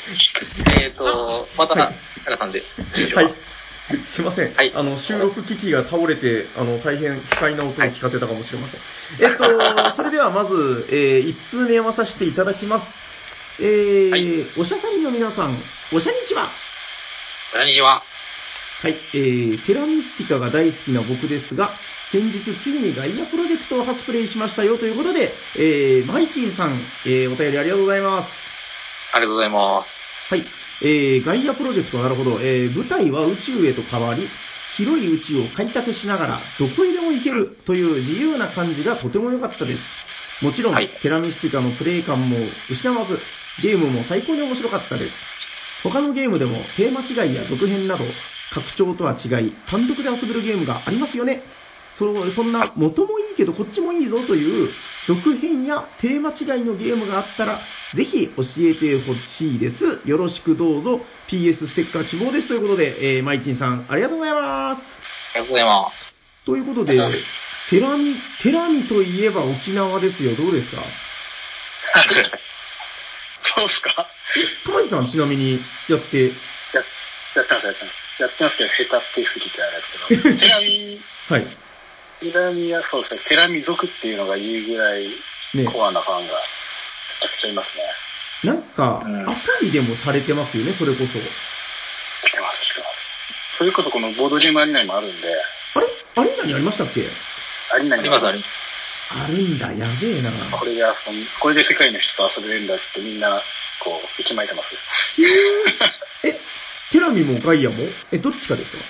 えーと、また、皆さんで。 はい。すいません。はい。あの、収録機器が倒れて、あの、大変不快な音を聞かせたかもしれません。はい、えっと、それではまず、えー、いち通目読まさせていただきます。えー、はい、おしゃさんの皆さん、おしゃにちは。 おしゃにちは。 はい、えー、テラミスティカが大好きな僕ですが、先日ついにガイアプロジェクトを初プレイしましたよということで、えー、マイチンさん、えー、お便りありがとうございます。 ありがとうございます。 はい、えー、ガイアプロジェクト、なるほど、えー、舞台は宇宙へと変わり、広い宇宙を開拓しながらどこへでも行けるという自由な感じがとても良かったです。もちろん、はい、テラミスティカのプレイ感も失わず、ゲームも最高に面白かったです。他のゲームでもテーマ違いや続編など、拡張とは違い、単独で遊べるゲームがありますよね。そ, そんな元もいいけどこっちもいいぞという続編やテーマ違いのゲームがあったらぜひ教えてほしいです。よろしくどうぞ。 ピーエス ステッカー希望ですということで、えー、マイチンさんありがとうございます。 ありがとうございます。 ということで、テラミテラミといえば沖縄ですよ。どうですか？ そうですか？ かまじさんちなみにやってややってますやってますやってますけど下手ってすぎてあれですけどテラミはいテラミはそうですね、テラミ族っていうのがいいぐらいコアなファンがめちゃくちゃいますね。なんか、うん、アプリでもされてますよね、それこそ。 してます、してます。それこそこのボードゲームアリーナにもあるんで。 あれアリーナにありましたっけ？ アリーナにあります、ありあるんだ、やべえな。 これで遊ん、これで世界の人と遊べるんだってみんな、こう、息巻いてます。 え、テラミもガイアもえ、どっちかですか？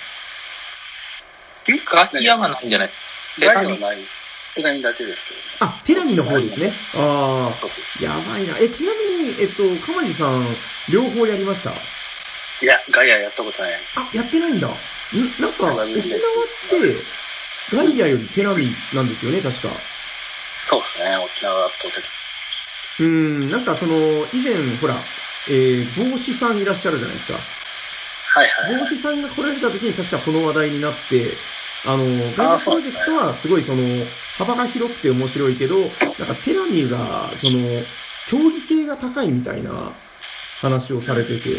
ガイアはないんじゃない？ ガイアはない。テラミだけですけど、 ね。あ、テラミの方ですね。ああ、やばいな。え、ちなみに、えっと、かまじさん、両方やりました？ いや、ガイアやったことない。 あ、やってないんだ。んなんか、沖縄って、ガイアよりテラミなんですよね、確か。 そうですね、沖縄は圧倒的。 うーん、なんかその、以前、ほら、えー、帽子さんいらっしゃるじゃないですか。 はいはい、はい。 帽子さんが来られた時に確かこの話題になって、あの、ガイアプロジェクトはすごいその、幅が広くて面白いけど、なんかテラミが、その、競技性が高いみたいな話をされてて、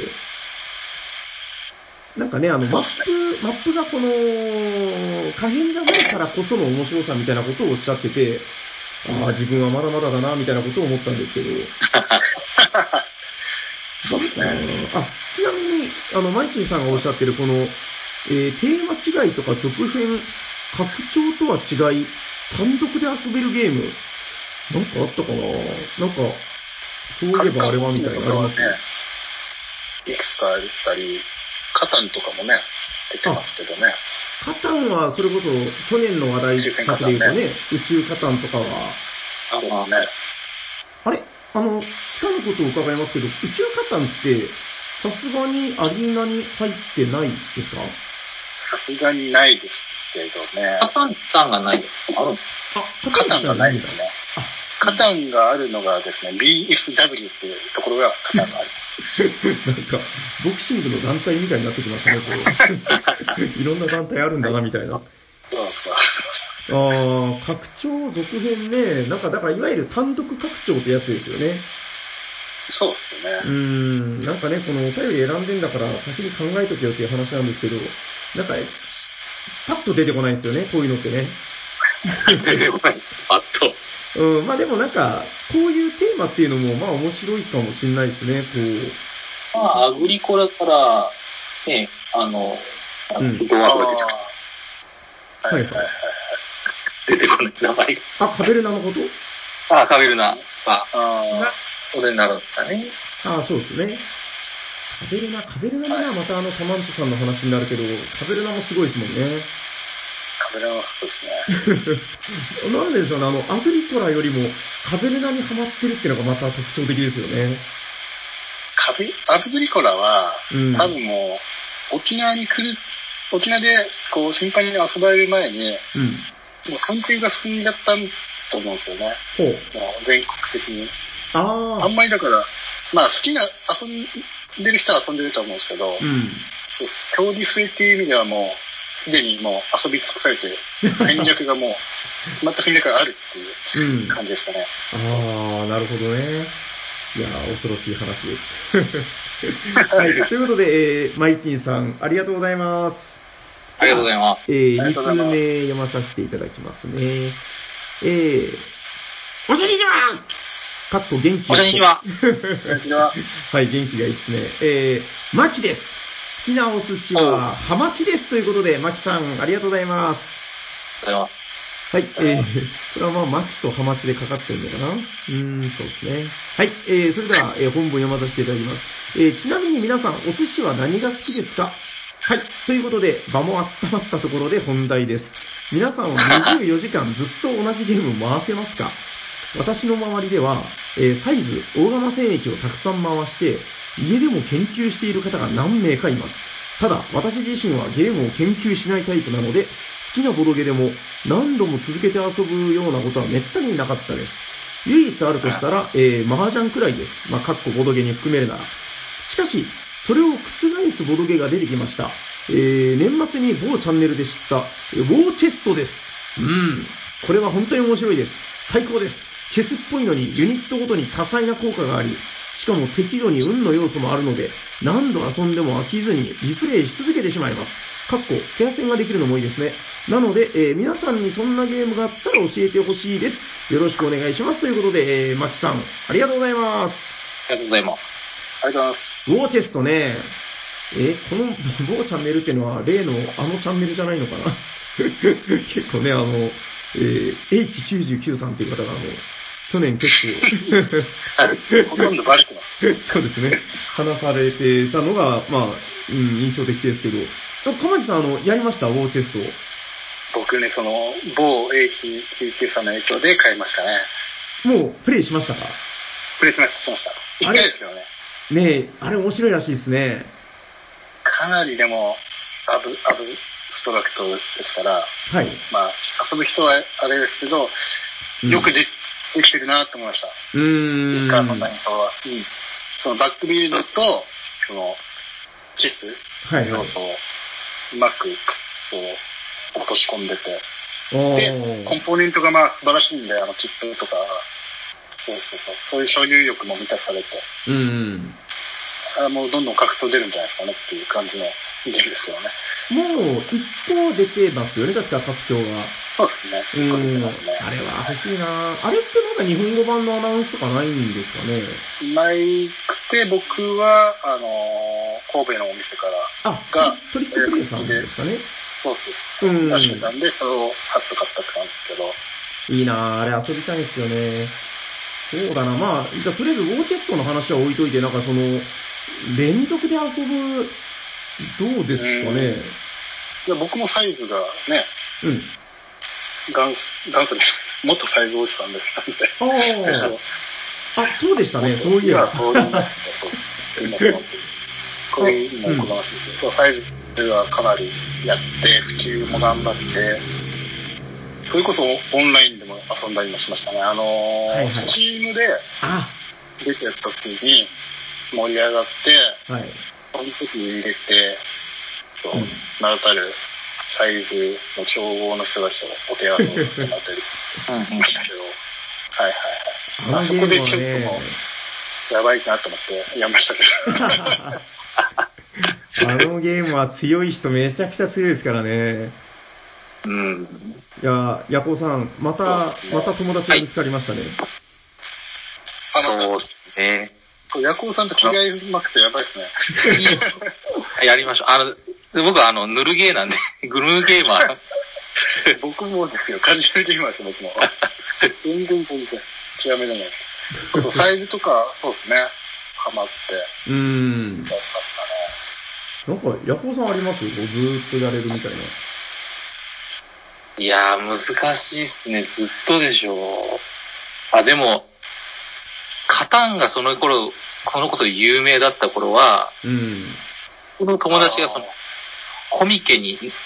なんかね、あの、マップ、マップがこの、可変じゃないからこその面白さみたいなことをおっしゃってて、ああ、自分はまだまだだな、みたいなことを思ったんですけど。 そうですね。 あ、ちなみに、あの、マイキーさんがおっしゃってるこの、えー、テーマ違いとか続編、拡張とは違い、単独で遊べるゲーム、なんかあったかな？なんか、そういえばあれはみたいなのありますね。 いくつかあったり、カタンとかもね、出てますけどね。 カタンは、それこそ、去年の話題作で言うとね、宇宙カタンとかは。 あ、まあね。 あれあの、つかぬことを伺いますけど、宇宙カタンって、さすがにアリーナに入ってないですか？ さすがにないですけどね。 カタンさんがないですか？あるあ、カタンがないですね。カタンがあるのがですね、ビーエスダブリュー っていうところがカタンがあります。 なんか、ボクシングの団体みたいになってきましたね、これ。いろんな団体あるんだな、みたいな。 そうそう。 ああ、拡張続編ね。なんか、だからいわゆる単独拡張ってやつですよね。 そうですよね。 うーん、なんかね、このお便り選んでんだから先に考えとけよっていう話なんですけど、なんか、パッと出てこないんですよね、こういうのってね。 出てこない。パッと。 うん、まあでもなんか、こういうテーマっていうのも、まあ面白いかもしれないですね、こう。まあ、アグリコラから、ね、あの、 うん、 ドワーフが出てくる。 はいはい。 出てこない、名前が。 あ、カベルナのこと？ あ、カベルナが、それになるんだね。 あ、そうですね。カベルナ、カベルナもな、またあの、カマンチさんの話になるけど、カベルナもすごいですもんね。 カベルナもそうですね。なんででしょうね、あの、アグリコラよりも、カベルナにハマってるっていうのがまた特徴的ですよね。 カビ、アグリコラは、うん、多分もう、沖縄に来る、沖縄で、こう、頻繁に遊ばれる前に、うん、もう研究が進んじゃったと思うんですよね。ほう。もう全国的に。ああ。あんまりだから、まあ好きな、遊んでる人は遊んでると思うんですけど、うん、競技性っていう意味ではもう、すでにもう遊び尽くされて、戦略がもう、決まった戦略があるっていう感じですかね。 うん、ああ、なるほどね。いやー、恐ろしい話です。はい、ということで、えー、マイチンさん、ありがとうございます。 ありがとうございます。 えー、に通目読まさせていただきますね。えー、おしゃにちはかっこ元気おしゃにちははい、元気がいいですね。えー、マキです。好きなお寿司は、ハマチです。ということで、マキさん、ありがとうございます。 ありがとうございます。 はい、えー、これはまあ、マキとハマチでかかってるのかなうーん、そうですね。はい、えー、それでは、えー、本文読まさせていただきます。えー、ちなみに皆さん、お寿司は何が好きですか？はい、ということで、場も温まったところで本題です。皆さんはにじゅうよじかんずっと同じゲームを回せますか？私の周りでは、えー、サイズ、大釜戦役をたくさん回して、家でも研究している方が何名かいます。ただ、私自身はゲームを研究しないタイプなので、好きなボドゲでも何度も続けて遊ぶようなことはめったになかったです。唯一あるとしたら、えー、麻雀くらいです。まあ、かっこボドゲに含めるなら。しかし、それを覆すボドゲが出てきました。えー、年末に某チャンネルで知った、ウォーチェストです。うん。これは本当に面白いです。最高です。チェスっぽいのにユニットごとに多彩な効果があり、しかも適度に運の要素もあるので、何度遊んでも飽きずにリプレイし続けてしまいます。かっこ、ペア戦ができるのもいいですね。なので、えー、皆さんにそんなゲームがあったら教えてほしいです。よろしくお願いします。ということで、えー、マキさん、ありがとうございます。 ありがとうございます。 ありがとうございます。 ウォーチェストね、え、この某チャンネルっていうのは例のあのチャンネルじゃないのかな結構ね、あの、えー、エイチきゅうじゅうきゅう さんっていう方があの、去年結構、ほとんどバレてます。 そうですね。話されてたのが、まあ、うん、印象的ですけど、鎌地さん、あの、やりましたウォーチェスト。 僕ね、その、某 エイチきゅうじゅうきゅう さんの影響で買いましたね。 もう、プレイしましたか？ プレイしました。一回ですよね。 ねえ、あれ面白いらしいですね。 かなりでも、アブ、アブストラクトですから、はい。まあ、遊ぶ人はあれですけど、うん、よくでできてるなと思いました。うーん。一貫の何かは。うん。そのバックビルドと、その、チェスの要素をうまく、そう、落とし込んでて。で、コンポーネントがまあ素晴らしいんで、あの、チップとか、そうそうそう、そういう所有力も満たされて。うん。あもうどんどん格闘出るんじゃないですかねっていう感じのゲームですけどね。 もう一個出てますよね、確か拡張が。 そうですね。一個出てますね。 あれは欲しいな。あれってなんか日本語版のアナウンスとかないんですかね。 ないくて、僕は、あのー、神戸のお店からが、 トリックプレイさんですかね。 そうそう。うん。出してたんで、それをパッと買ったって感じですけど。 いいなあれ遊びたいですよね。そうだな、まあ、じゃあとりあえずウォーチェストの話は置いといて、なんかその、連続で遊ぶ、どうですかね。 いや僕もサイズがね、うん。元祖、元祖で、もっとサイズ大きさんでしたんで。 ああ。あ、そうでしたね、そういえば。 そういうのこれ今おこがましいですけど、サイズはかなりやって、普及も頑張って、それこそオンラインでも遊んだりもしましたね。あのー、はいはい、スチームで出てる時に盛り上がって、はい、その時に入れて、そう、うん、名だたるサイズの調合の人たちとお手合わせをさせてもらったりしましたけど、はいはいはい。あそこでちょっともう、やばいなと思ってやめましたけど。あのゲームは強い人めちゃくちゃ強いですからね。うん。いや、ヤコウさん、また、また友達が見つかりましたね。 はい、そうですね。 ヤコウさんと気がうまくてやばいですね。 やりましょう。あの、僕はあの、ヌルゲーなんで、グルーゲーマー。 僕もですよ、カジュアルゲームはです僕も。全然全然。極めない。サイズとか、そうですね。ハマって。 うーん。だったね。なんか、ヤコウさんありますずーっとやれるみたいな。 いやー、難しいっすね。ずっとでしょう。あ、でも、カタンがその頃、このこそ有名だった頃は、 うん。 この友達がその、コミケに行って、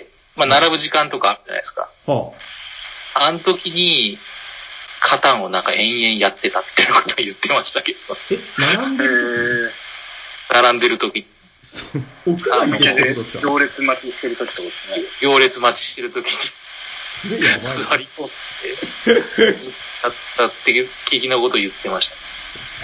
まあ、並ぶ時間とかあるじゃないですか。 はあ。あの時に、カタンをなんか延々やってたっていうことを言ってましたけど。 え、並んでる時並んでる時。 屋外でやってることですか？ 行列待ちしてる時とかですね。 行列待ちしてる時に。座り込んで、やったっていう的なことを言ってました。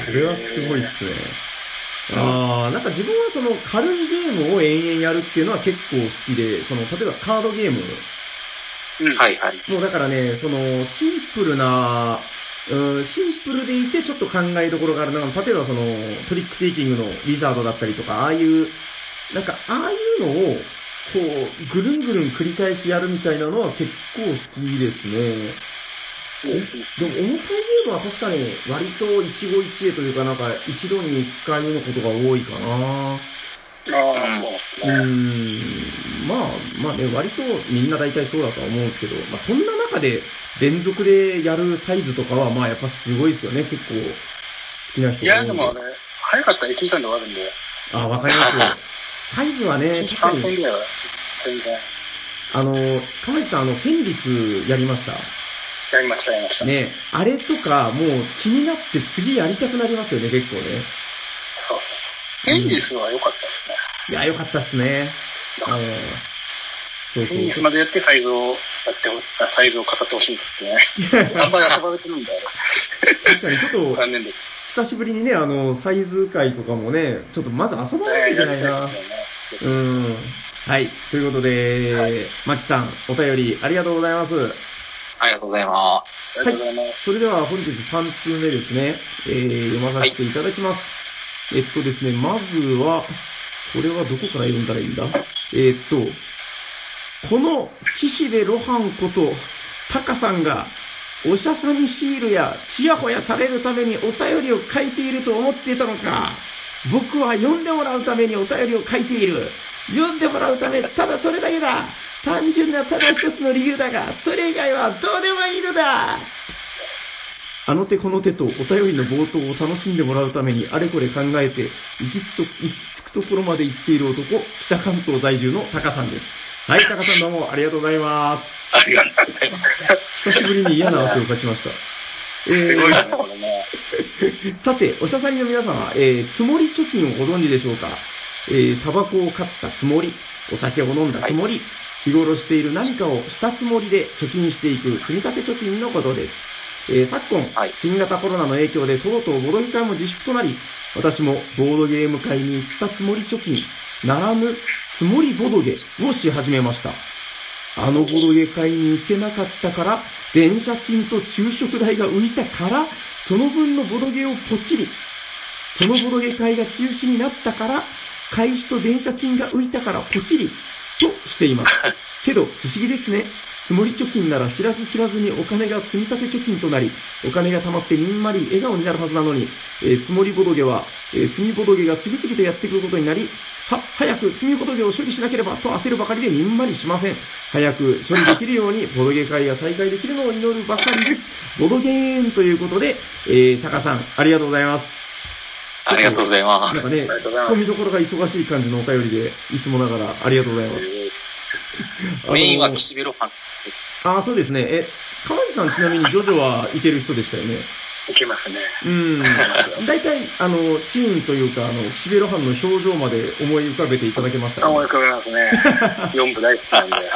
それはすごいっすね。ああ、なんか自分はその軽いゲームを延々やるっていうのは結構好きで、その例えばカードゲーム。 うん、はいはい。 もうだからね、そのシンプルな、うん、シンプルでいてちょっと考えどころがあるな。例えばそのトリックテイキングのウィザードだったりとか、ああいう、なんかああいうのを、こう、ぐるんぐるん繰り返しやるみたいなのは結構好きですね。でも重たいゲームは確かに割と一期一会というかなんか一度に一回のことが多いかな。 ああ、そうですね。 うーん、まあ、まあね、割とみんな大体そうだとは思うんですけど、まあそんな中で連続でやるサイズとかはまあやっぱすごいですよね、結構好きな人が多い。 いや、でもあれ、早かったらいちじかんで終わるんで。 あ、わかります。サイズはね、確かに。 全然。 あの、かまじさん、あの、フェンリスやりました？ やりました、やりました。 ね、あれとか、もう気になって次やりたくなりますよね、結構ね。 そうです。フェンリスは良かったですね。 いや、良かったですね。あの、そうそう。 フェンリスまでやってサイズを、やって、サイズを語ってほしいですね。あんまり遊ばれてるんだよ。 確かにちょっと、 残念です。 久しぶりにね、あの、サイズ会とかもね、ちょっとまず遊ばなきゃいけないな。ね、うん。はい。ということで、はい、マキさん、お便りありがとうございます。 ありがとうございます。 はい。それでは本日さん通目ですね、えー、読まさせていただきます。はい、えっとですね、まずは、これはどこから読んだらいいんだ？えー、っと、この岸辺露伴こと、タカさんが、おしゃさにシールやちやほやされるためにお便りを書いていると思っていたのか。僕は読んでもらうためにお便りを書いている。読んでもらうため、ただそれだけだ。単純なただ一つの理由だが、それ以外はどうでもいいのだ。あの手この手とお便りの冒頭を楽しんでもらうためにあれこれ考えて、行き着くと、行き着くところまで行っている男、北関東在住のタカさんです。はい、タカさんどうもありがとうございます。 ありがとうございます。 久しぶりに嫌な汗をかきました。えー、 すごいですね、これね。 さて、おしゃさりの皆様、えー、つもり貯金をご存知でしょうか？えー、タバコを買ったつもり、お酒を飲んだつもり、はい、日頃している何かをしたつもりで貯金していく積み立て貯金のことです。えー、昨今、はい、新型コロナの影響でとうとうボードゲーム会も自粛となり、私もボードゲーム会に行ったつもり貯金、ならぬつもりボドゲをし始めました。あのボドゲ会に行けなかったから、電車賃と昼食代が浮いたから、その分のボドゲをポチり、そのボドゲ会が中止になったから、会費と電車賃が浮いたからポチり、としています。けど、不思議ですね。つもり貯金なら知らず知らずにお金が積み立て貯金となり、お金が貯まってにんまり笑顔になるはずなのに、えー、つもりボドゲは、えー、積みボドゲが次々とやってくることになり、は、早く積みボドゲを処理しなければと焦るばかりでにんまりしません。早く処理できるように、ボドゲ会が再開できるのを祈るばかりです。ボドゲーンということで、えー、タカさん、ありがとうございます。 ありがとうございます。 なんかね、込みどころが忙しい感じのお便りで、いつもながらありがとうございます。 メインは岸辺露伴。 ああ、そうですね。え、川地さんちなみにジョジョはいける人でしたよね。 いけますね。 うん。大体、あの、シーンというか、あの、岸辺露伴の表情まで思い浮かべていただけましたか、ね、 思い浮かべますね。よん部大好きなんで。はい、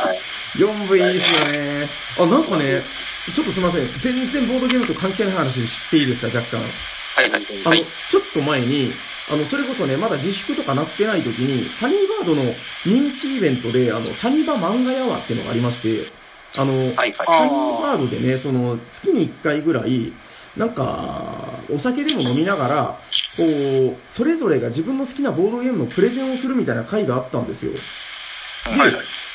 よん部いいですよね。あ、なんかね、ちょっとすみません。全然ボードゲームと関係ない話していいですか、若干。 はいはい。 あの、ちょっと前に、あの、それこそね、まだ自粛とかなってない時に、サニーバードの人気イベントで、あの、サニーバ漫画ヤワーっていうのがありまして、あの、はいはい、サニーバードでね、その、月にいっかいぐらい、なんか、お酒でも飲みながら、こう、それぞれが自分の好きなボードゲームのプレゼンをするみたいな会があったんですよ。で、はいはい、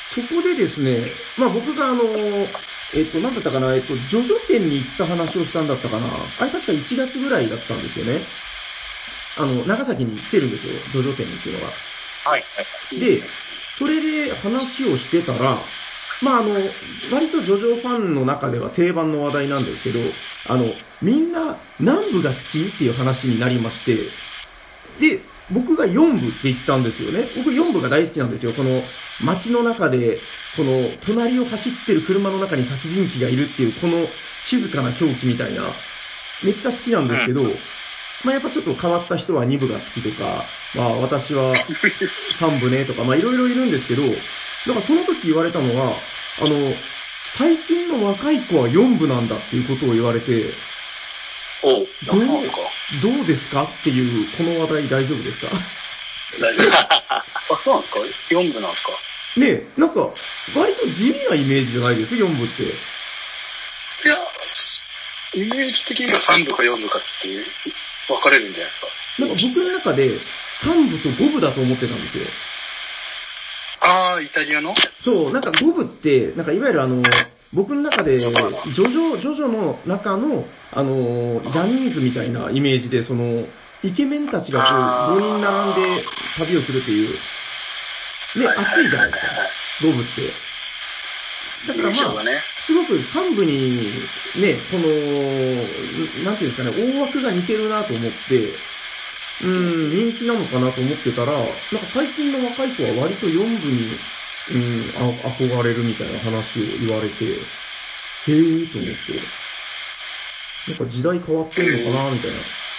そこでですね、まあ僕があの、えっと、なんだったかな、えっと、ジョジョ店に行った話をしたんだったかな。あれ確かいちがつぐらいだったんですよね。あの、長崎に来てるんですよ、ジョジョ店にっていうのが。 はい。 で、それで話をしてたら、まああの、割とジョジョファンの中では定番の話題なんですけど、あの、みんな何部が好きっていう話になりまして、で、僕がよん部って言ったんですよね。僕よん部が大好きなんですよ。この街の中で、この隣を走ってる車の中に殺人鬼がいるっていう、この静かな狂気みたいな、めっちゃ好きなんですけど、まあやっぱちょっと変わった人はに部が好きとか、まあ私はさん部ねとか、まあいろいろいるんですけど、だからその時言われたのは、あの、最近の若い子はよん部なんだっていうことを言われて、 おどう、どうですかっていう、この話題大丈夫ですか？ 大丈夫。あ、そうなんですか？ よん 部なんですか？ ねえ、なんか、割と地味なイメージじゃないですよん部って。いや、イメージ的にはさん部かよん部かっていう、分かれるんじゃないですか。 なんか僕の中でさん部とご部だと思ってたんですよ。 ああ、イタリアの？ そう、なんかご部って、なんかいわゆるあの、僕の中で、ジョジョ、ジョジョの中の、あの、ジャニーズみたいなイメージで、その、イケメンたちがこう、ごにん並んで旅をするっていう、ね、熱いじゃないですか、ご部って。だからまあ、すごくさん部に、ね、この、なんていうんですかね、大枠が似てるなと思って、うーん、人気なのかなと思ってたら、なんか最近の若い子は割とよん部に、うん、あ憧れるみたいな話を言われて、へーと思って、なんか時代変わってんのかなみたいな。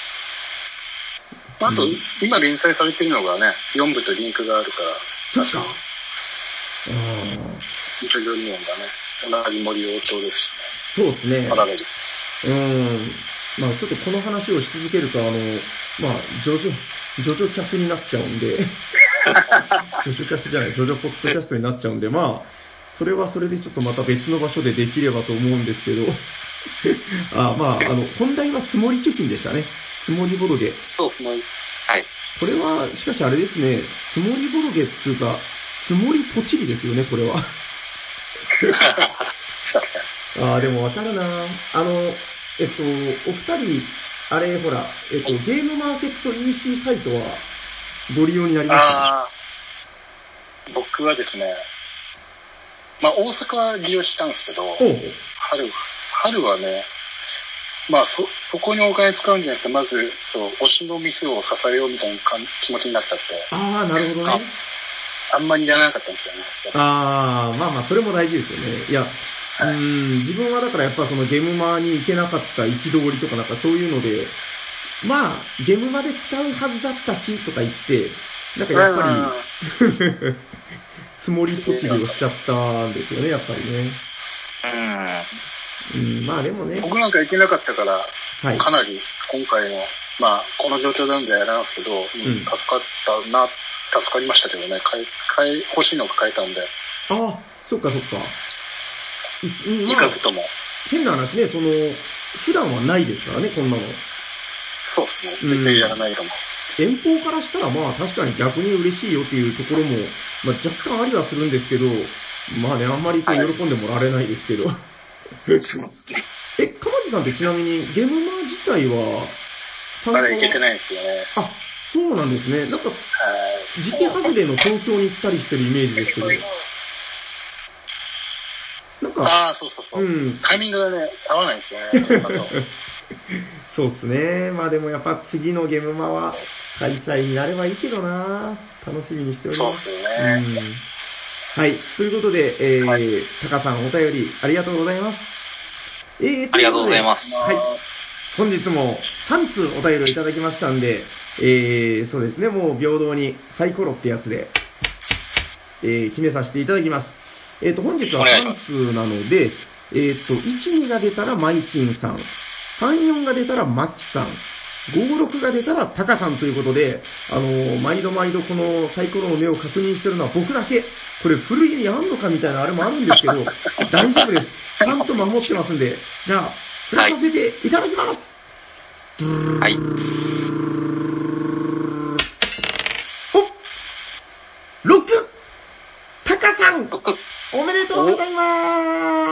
あと、うん、今連載されてるのがね、よん部とリンクがあるから、 確か。ああ。ジョジョリオンがね、同じ森王朝ですしね。そうですね。 パラレル。 うーん。まあちょっとこの話をし続けると、あの、まあ、ジョジョ、ジョジョキャスになっちゃうんで、ジョジョキャスじゃない、ジョジョポッドキャストになっちゃうんで、まあ、それはそれでちょっとまた別の場所でできればと思うんですけど、あまあ、あの、本題はつもり貯金でしたね。つもりボドゲ。 そう、つもり。はい。 これは、しかしあれですね、つもりボドゲっていうか、つもりポチリですよね、これは。ああ、でもわかるなあの、えっと、お二人、あれ、ほら、えっと、ゲームマーケット イーシー サイトはご利用になりました、ね、 あ僕はですね、まあ、大阪は利用したんですけど、春、春はね、まあそ、そこにお金使うんじゃなくて、まず、そう推しの店を支えようみたいな気持ちになっちゃって。 ああ、なるほどね。 あんまりやらなかったんですよね。 ああ、まあまあ、それも大事ですよね。いや、うーん、自分はだからやっぱそのゲームマーに行けなかった憤りとかなんかそういうので、まあ、ゲームマで使うはずだったしとか言って、なんかやっぱり、つもりポチリをしちゃったんですよね、やっぱりね。うん、まあでもね。 僕なんか行けなかったから、はい、かなり今回の、まあ、この状況なんでやらんすけど、うん、助かったな、助かりましたけどね、買い、買い、欲しいのが買えたんで。 ああ、そっかそっか。 いかずとも。 変な話ね、その、普段はないですからね、こんなの。 そうですね、絶対やらないと思う。 遠方からしたら、まあ確かに逆に嬉しいよっていうところも、まあ若干ありはするんですけど、まあね、あんまりこう喜んでもらえないですけど。はい、え、かまじさんってちなみにゲームマー自体は、 まだ行けてないんですよね。 あ、そうなんですね。なんか、時期外れの東京に行ったりしてるイメージですけど。なんか、 ああ、そうそうそう。うん、タイミングがね、合わないんですよね。 そうっすね。まあでもやっぱ次のゲームマは開催になればいいけどな。楽しみにしております。 そうですね。 うん、はい。ということで、えー、はい、タカさんお便りありがとうございます。 えー、ありがとうございます。 はい。本日もさん通お便りをいただきましたんで、えー、そうですね、もう平等にサイコロってやつで、えー、決めさせていただきます。えっと、本日はさん通なので、えっと、いち、にが出たらマイチンさん、さん、よんが出たらマッチさん、ご、ろくが出たらタカさんということで、あのー、毎度毎度このサイコロの目を確認してるのは僕だけ、これ古いにあんのかみたいなあれもあるんですけど、大丈夫です。ちゃんと守ってますんで、じゃあ、振らさせていただきます。 はい。 おろくタカさん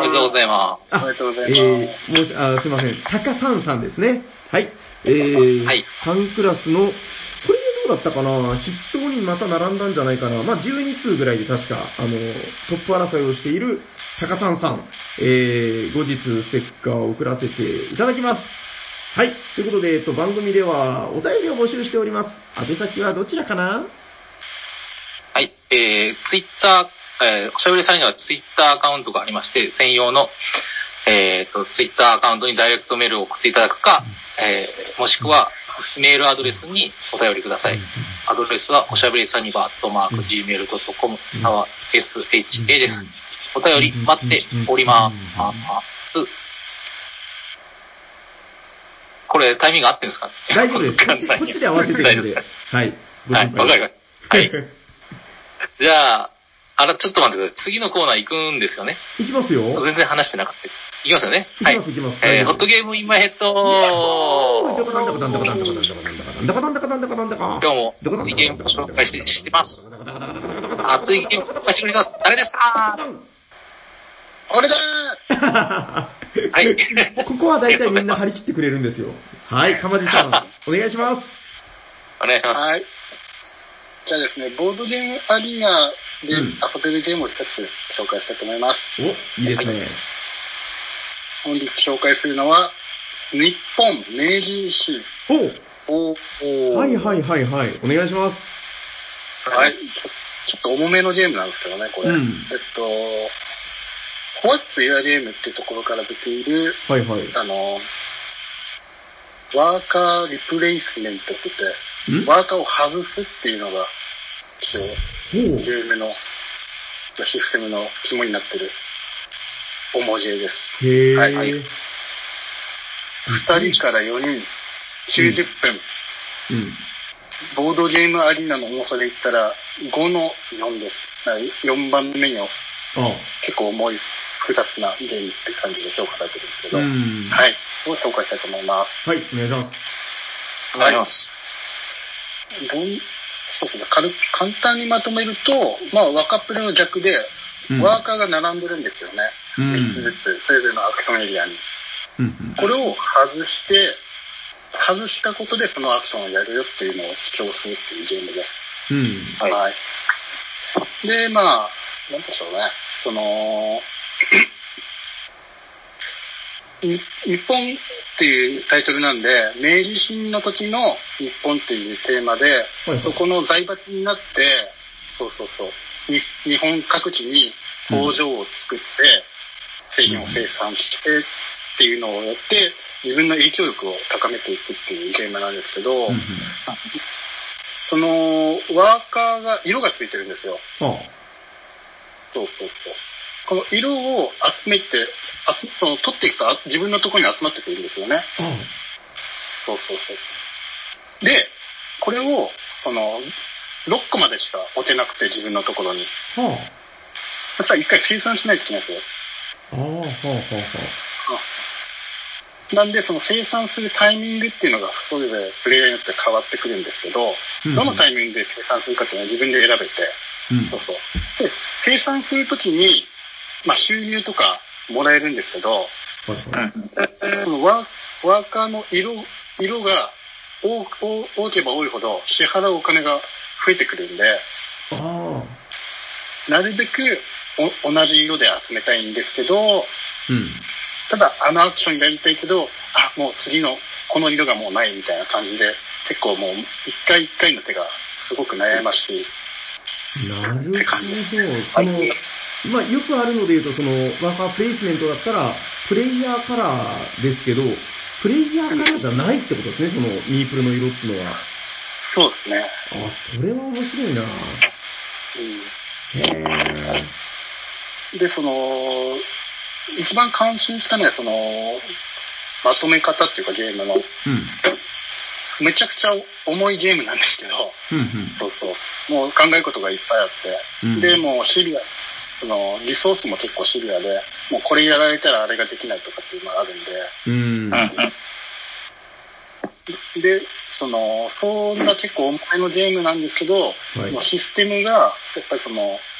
めでとうございます。 おめでとうございます。えー、もうあすいません。タカさんさんですね。はい。えー、はい。さんクラスの、これでどうだったかな、筆頭にまた並んだんじゃないかな。まあ、じゅうにつうぐらいで確か、あの、トップ争いをしているタカさんさん、えー、後日ステッカーを送らせていただきます。はい。ということで、えっと、番組ではお便りを募集しております。宛先はどちらかな？ はい。えー、ツイッター、えー、おしゃべりさんにはツイッターアカウントがありまして、専用の、えーと、ツイッターアカウントにダイレクトメールを送っていただくか、えー、もしくはメールアドレスにお便りください。アドレスはおしゃべりサニバーアットマーク ジーメールドットコム、または エスエイチエー です。お便り待っております。これタイミング合ってんですか？ 大丈夫です。こっちこっちで合わせてるので。はい。 はい、わかりました。はい。じゃあ、あら、ちょっと待ってください。次のコーナー行くんですよね。 行きますよ。 全然話してなかった。行きますよね。 はい。行きます、行きます。 えー、ホットゲームインマイヘッド今日もいいゲームを紹介してしてます。熱いゲームを紹介してくれた誰ですか？俺だーはい。 ここは大体みんな張り切ってくれるんですよ。はい、かまじさん、お願いします。 お願いします。 はい。じゃあですね、ボードゲームアリーナで遊べるゲームを一つ紹介したいと思います。 お、いいですね。 本日紹介するのは、日本明治維新。 おおはいはいはいはい。お願いします。 はい。ちょっと重めのゲームなんですけどね、これ。うん、えっと、What's Your Game っていうところから出ている、 はいはい。 あの、ワーカーリプレイスメントって言って、ワーカーを外すっていうのが、一応、ゲームのシステムの肝になってる、おもじえです。 へー。 はいはい。ふたりからよにん、きゅうじゅっぷん。うん。ボードゲームアリーナの重さで言ったら、ごのよんです。よんばんめに結構重い、複雑なゲームって感じで評価されてるんですけど、うん、はい。を紹介したいと思います。 はい、お願いします。 お願いします。 どんそうですね、軽簡単にまとめると、まあ、ワカプレの逆で、うん、ワーカーが並んでるんですよね。うん、みっつずつ、それぞれのアクションエリアに。うん、これを外して、外したことでそのアクションをやるよっていうのを主張するっていうゲームです。 うん、 はい。はい。で、まあ、なんでしょうね。その、日本っていうタイトルなんで、明治維新の時の日本っていうテーマで、はいはい、そこの財閥になって、そうそうそう、日本各地に工場を作って、製品を生産してっていうのをやって、自分の影響力を高めていくっていうゲームなんですけど、うんうん、そのワーカーが色がついてるんですよ。 ああ、 そうそうそう。この色を集めて、その取っていくと自分のところに集まってくるんですよね。 うん、 そうそうそうそう。で、これをそのろっこまでしか置けなくて自分のところに。 はあ、 そしたら一回生産しないといけないんですよ。 ああ、はあ、はあ。なんでその生産するタイミングっていうのがそれぞれプレイヤーによって変わってくるんですけど、うん、どのタイミングで生産するかっていうのは自分で選べて、うん、そうそう。で、生産するときに、まあ、収入とかもらえるんですけど、うん、そのワー、ワーカーの色、色が多多ければ多いほど支払うお金が増えてくるんで、 あ、 なるべくお同じ色で集めたいんですけど、 うん、 ただあのアクションやりたいけど、あ、もう次のこの色がもうないみたいな感じで、結構もう一回一回の手がすごく悩ましい。 なるほど。その、まあ、よくあるので言うと、その、ワーカープレイスメントだったら、プレイヤーカラーですけど、プレイヤーカラーじゃないってことですね、その、ミープルの色っていうのは。 そうですね。 あ、それは面白いな。うん、へー。で、その、一番感心したのは、その、まとめ方っていうかゲームの、うん、めちゃくちゃ重いゲームなんですけど、 うんうん、 そうそう。もう考えることがいっぱいあって、うん、で、もうシビア、そのリソースも結構シビアで、もうこれやられたらあれができないとかっていうのがあるんで、 うん、 で、その、そんな結構重めのゲームなんですけど、はい、もうシステムが、やっぱりその、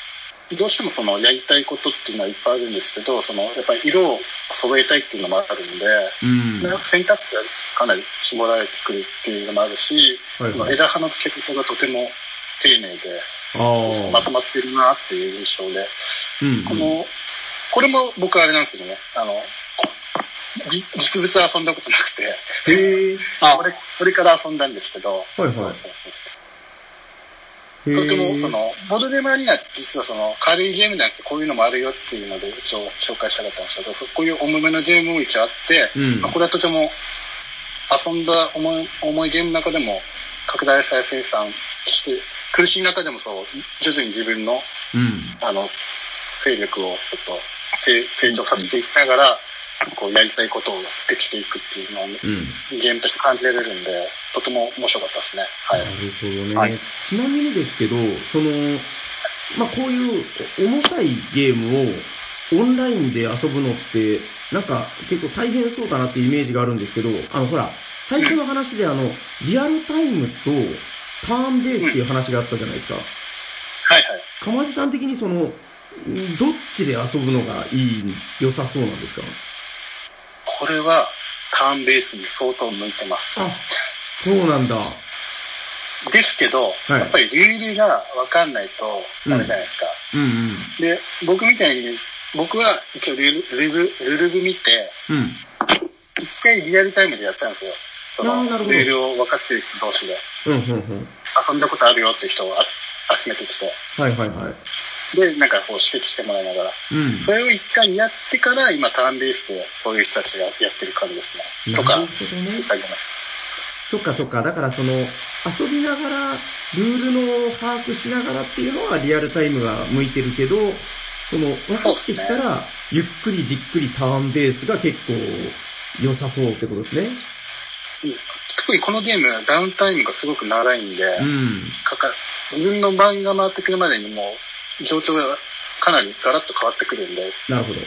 どうしてもそのやりたいことっていうのはいっぱいあるんですけど、そのやっぱり色を揃えたいっていうのもあるんで、うん、選択肢がかなり絞られてくるっていうのもあるし、はいはい、その枝葉の付け方がとても丁寧でまとまってるなっていう印象で、うんうん、このこれも僕あれなんですけどね、あの実物は遊んだことなくて、へーあこれこれから遊んだんですけど、はいはい、そうそうそうとてもそのボードゲーマーには実はその軽いゲームじゃなくてこういうのもあるよっていうので一応紹介したかったんですけど、こういう重めのゲームも一応あって、うんまあ、これはとても遊んだ重い重いゲームの中でも拡大再生産して苦しい中でもそう徐々に自分の、うん、あの勢力をちょっと成長させていきながらこうやりたいことをできていくっていうのを、うん、ゲームとして感じられるんでとても面白かったですね。はい、 なるほどね、はい、ちなみにですけどその、まあ、こういう重たいゲームをオンラインで遊ぶのってなんか結構大変そうだなっていうイメージがあるんですけど、あのほら最初の話であのリアルタイムとターンベースっていう話があったじゃないですか、うん、 はいはい。 鎌地さん的にそのどっちで遊ぶのがいい良さそうなんですか？ これはターンベースに相当向いてます。 あ、そうなんだ。 ですけど、はい、やっぱりルールが分かんないとダメじゃないですか。うんうんうん、で、僕みたいに僕は一応ルール、ルール、ルール見て、うん、一回リアルタイムでやったんですよ。そのルールを分かってる人同士で、うんうんうん、遊んだことあるよって人を集めてきて。はいはいはい。で、なんかこう指摘してもらいながら、うん、それを一回やってから今ターンベースでそういう人たちがやってる感じですね。とか、ね、 そっかそっか、だからその遊びながらルールの把握しながらっていうのはリアルタイムが向いてるけど、その分かってきたら、ね、ゆっくりじっくりターンベースが結構良さそうってことですね。 特にこのゲームダウンタイムがすごく長いんで、うん、かか自分の番が回ってくるまでにも状況がかなりガラッと変わってくるんで、 なるほど、うん、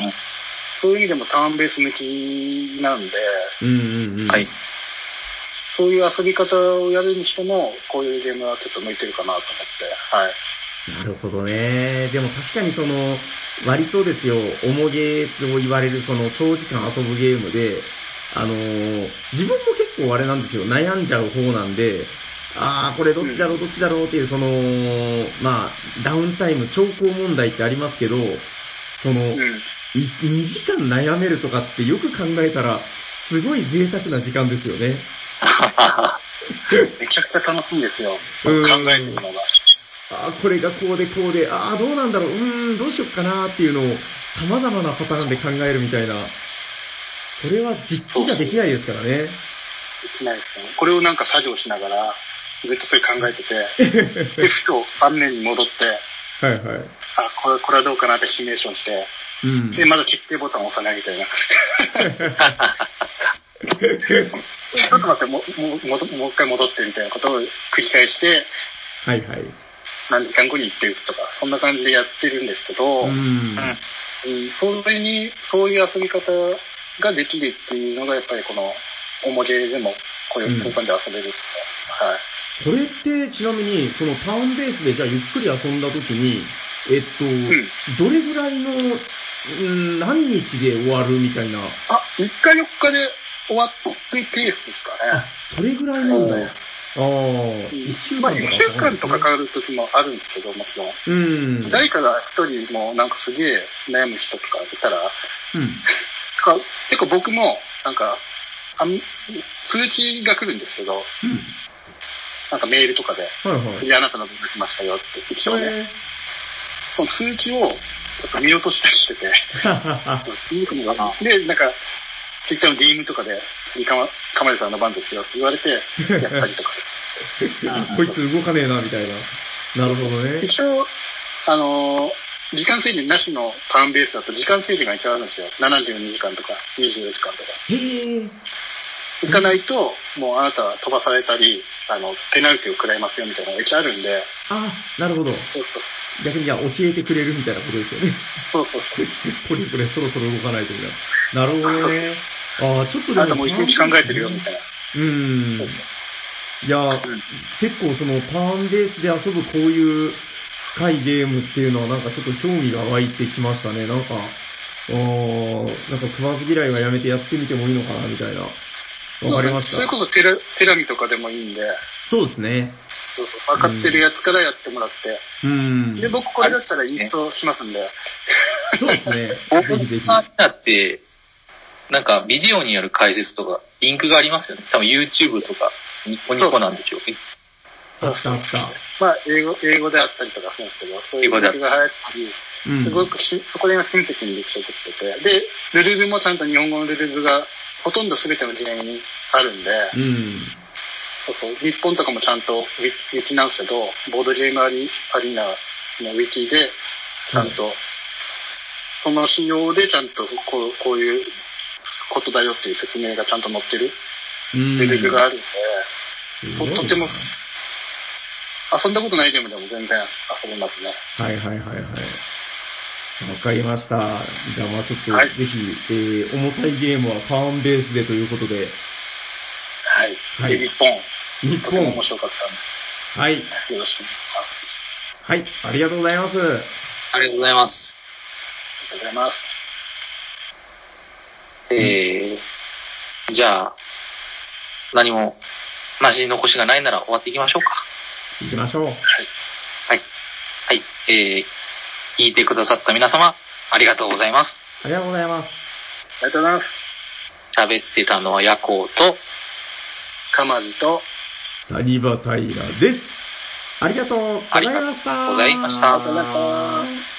そういう意味でもターンベース向きなんで、うんうんうん、はい、そういう遊び方をやるにしてもこういうゲームはちょっと向いてるかなと思って、はい。 なるほどね。でも確かにその割とですよ、重ゲーと言われるその長時間遊ぶゲームで、あのー、自分も結構あれなんですよ、悩んじゃう方なんで、あーこれどっちだろうどっちだろうっていうそのまあダウンタイム長考問題ってありますけど、その、うん、にじかん悩めるとかってよく考えたらすごい贅沢な時間ですよね。 めちゃくちゃ楽しいんですよ。そう考えてるのが。 あこれがこうでこうで、ああどうなんだろう、うーんどうしよっかなっていうのを様々なパターンで考えるみたいな、それは実機じゃできないですからね。できないですよ。これをなんか作業しながらずっとそれ考えてて、でふと盤面に戻って、はいはい。あこれこれはどうかなってシミュレーションして、うん、でまだ決定ボタンを押さないみたいな。ちょっと待ってももももう一回戻ってみたいなことを繰り返して、はいはい。何時間後に行って打つとかそんな感じでやってるんですけど、うん、うん、それにそういう遊び方ができるっていうのがやっぱりこの重ゲーでもこういう空間で遊べる、うん、はい。 これってちなみにそのターンベースでじゃあゆっくり遊んだ時にえっと、うん、どれぐらいの、うん、何日で終わるみたいな。 あ、みっかよっかで終わってペースですかね。 あ、それぐらいなんだ。ああ、 いっしゅうかんとか。まあ、いっしゅうかんとかかかる時もあるんですけど、もちろん。うん。誰かが一人もなんかすげえ悩む人とかいたら、うん。結構僕もなんかあ通知が来るんですけど、うん、なんかメールとかで、はいはい、次あなたの分が来ましたよって一応ね、その通知をちょっと見落としたりしてて、でなんかツイッターの ディーエム とかで次かま鎌出さんの番ですよって言われてやったりとか。 こいつ動かねえなみたいな。なるほどね。 一応あのー。時間制限なしのターンベースだと時間制限が一応あるんですよ。ななじゅうにじかんとかにじゅうよじかんとか。へー。行かないと、もうあなたは飛ばされたり、あの、ペナルティを食らいますよみたいなのが一応あるんで。 ああ、なるほど。そうそう。逆にじゃあ教えてくれるみたいなことですよね。 そうそうそう。 これこれそろそろ動かないとみたいな。なるほどね。ああ、ちょっとでも。 あなたもう一日考えてるよみたいな。 うん。そうそういや、うん、結構そのターンベースで遊ぶこういう近いゲームっていうのはなんかちょっと興味が湧いてきましたね。なんか、おなんか食わず嫌いはやめてやってみてもいいのかなみたいな。わかりました。 それこそテラ、テラミとかでもいいんで。 そうですね。 そうそう。分かってるやつからやってもらって。 うん。 で、僕これだったらインストしますんで。 そうですね。ぜひぜひ。 だって、なんかビデオによる解説とか、リンクがありますよね。多分 YouTube とか、ニコニコなんでしょうね。 あったあった。 まあ、英語、英語であったりとかするんですけど、そういうリンクが流行ったり、すごくし、そこで親切にできてきてて、で、ルルブもちゃんと日本語のルルブがほとんど全てのゲームにあるんで、 うん、 そうそう、日本とかもちゃんとウィキ、ウィキなんですけど、ボードゲームアリアリーナのウィキで、ちゃんと、うん、その仕様でちゃんとこう、こういうことだよっていう説明がちゃんと載ってるルルブがあるんで、うん、そうとても、遊んだことないゲームでも全然遊べますね。 はいはいはいはい。わかりました。じゃあまあちょっと、はい、ぜひ、えー、重たいゲームはターンベースでということで。 はい。はい、で、日本。 日本。 とても面白かったんで。 はい。 よろしくお願いします。 はい。ありがとうございます。 ありがとうございます。 ありがとうございます。 えー、じゃあ、何も、なし残しがないなら終わっていきましょうか。 行きましょう。はい。 はい。はい。えー、聞いてくださった皆様、ありがとうございます。 ありがとうございます。 ありがとうございます。 喋ってたのはヤコウと、 かまじと、 谷場平です。ありがとうございました。 ありがとうございました。 ありがとうございました。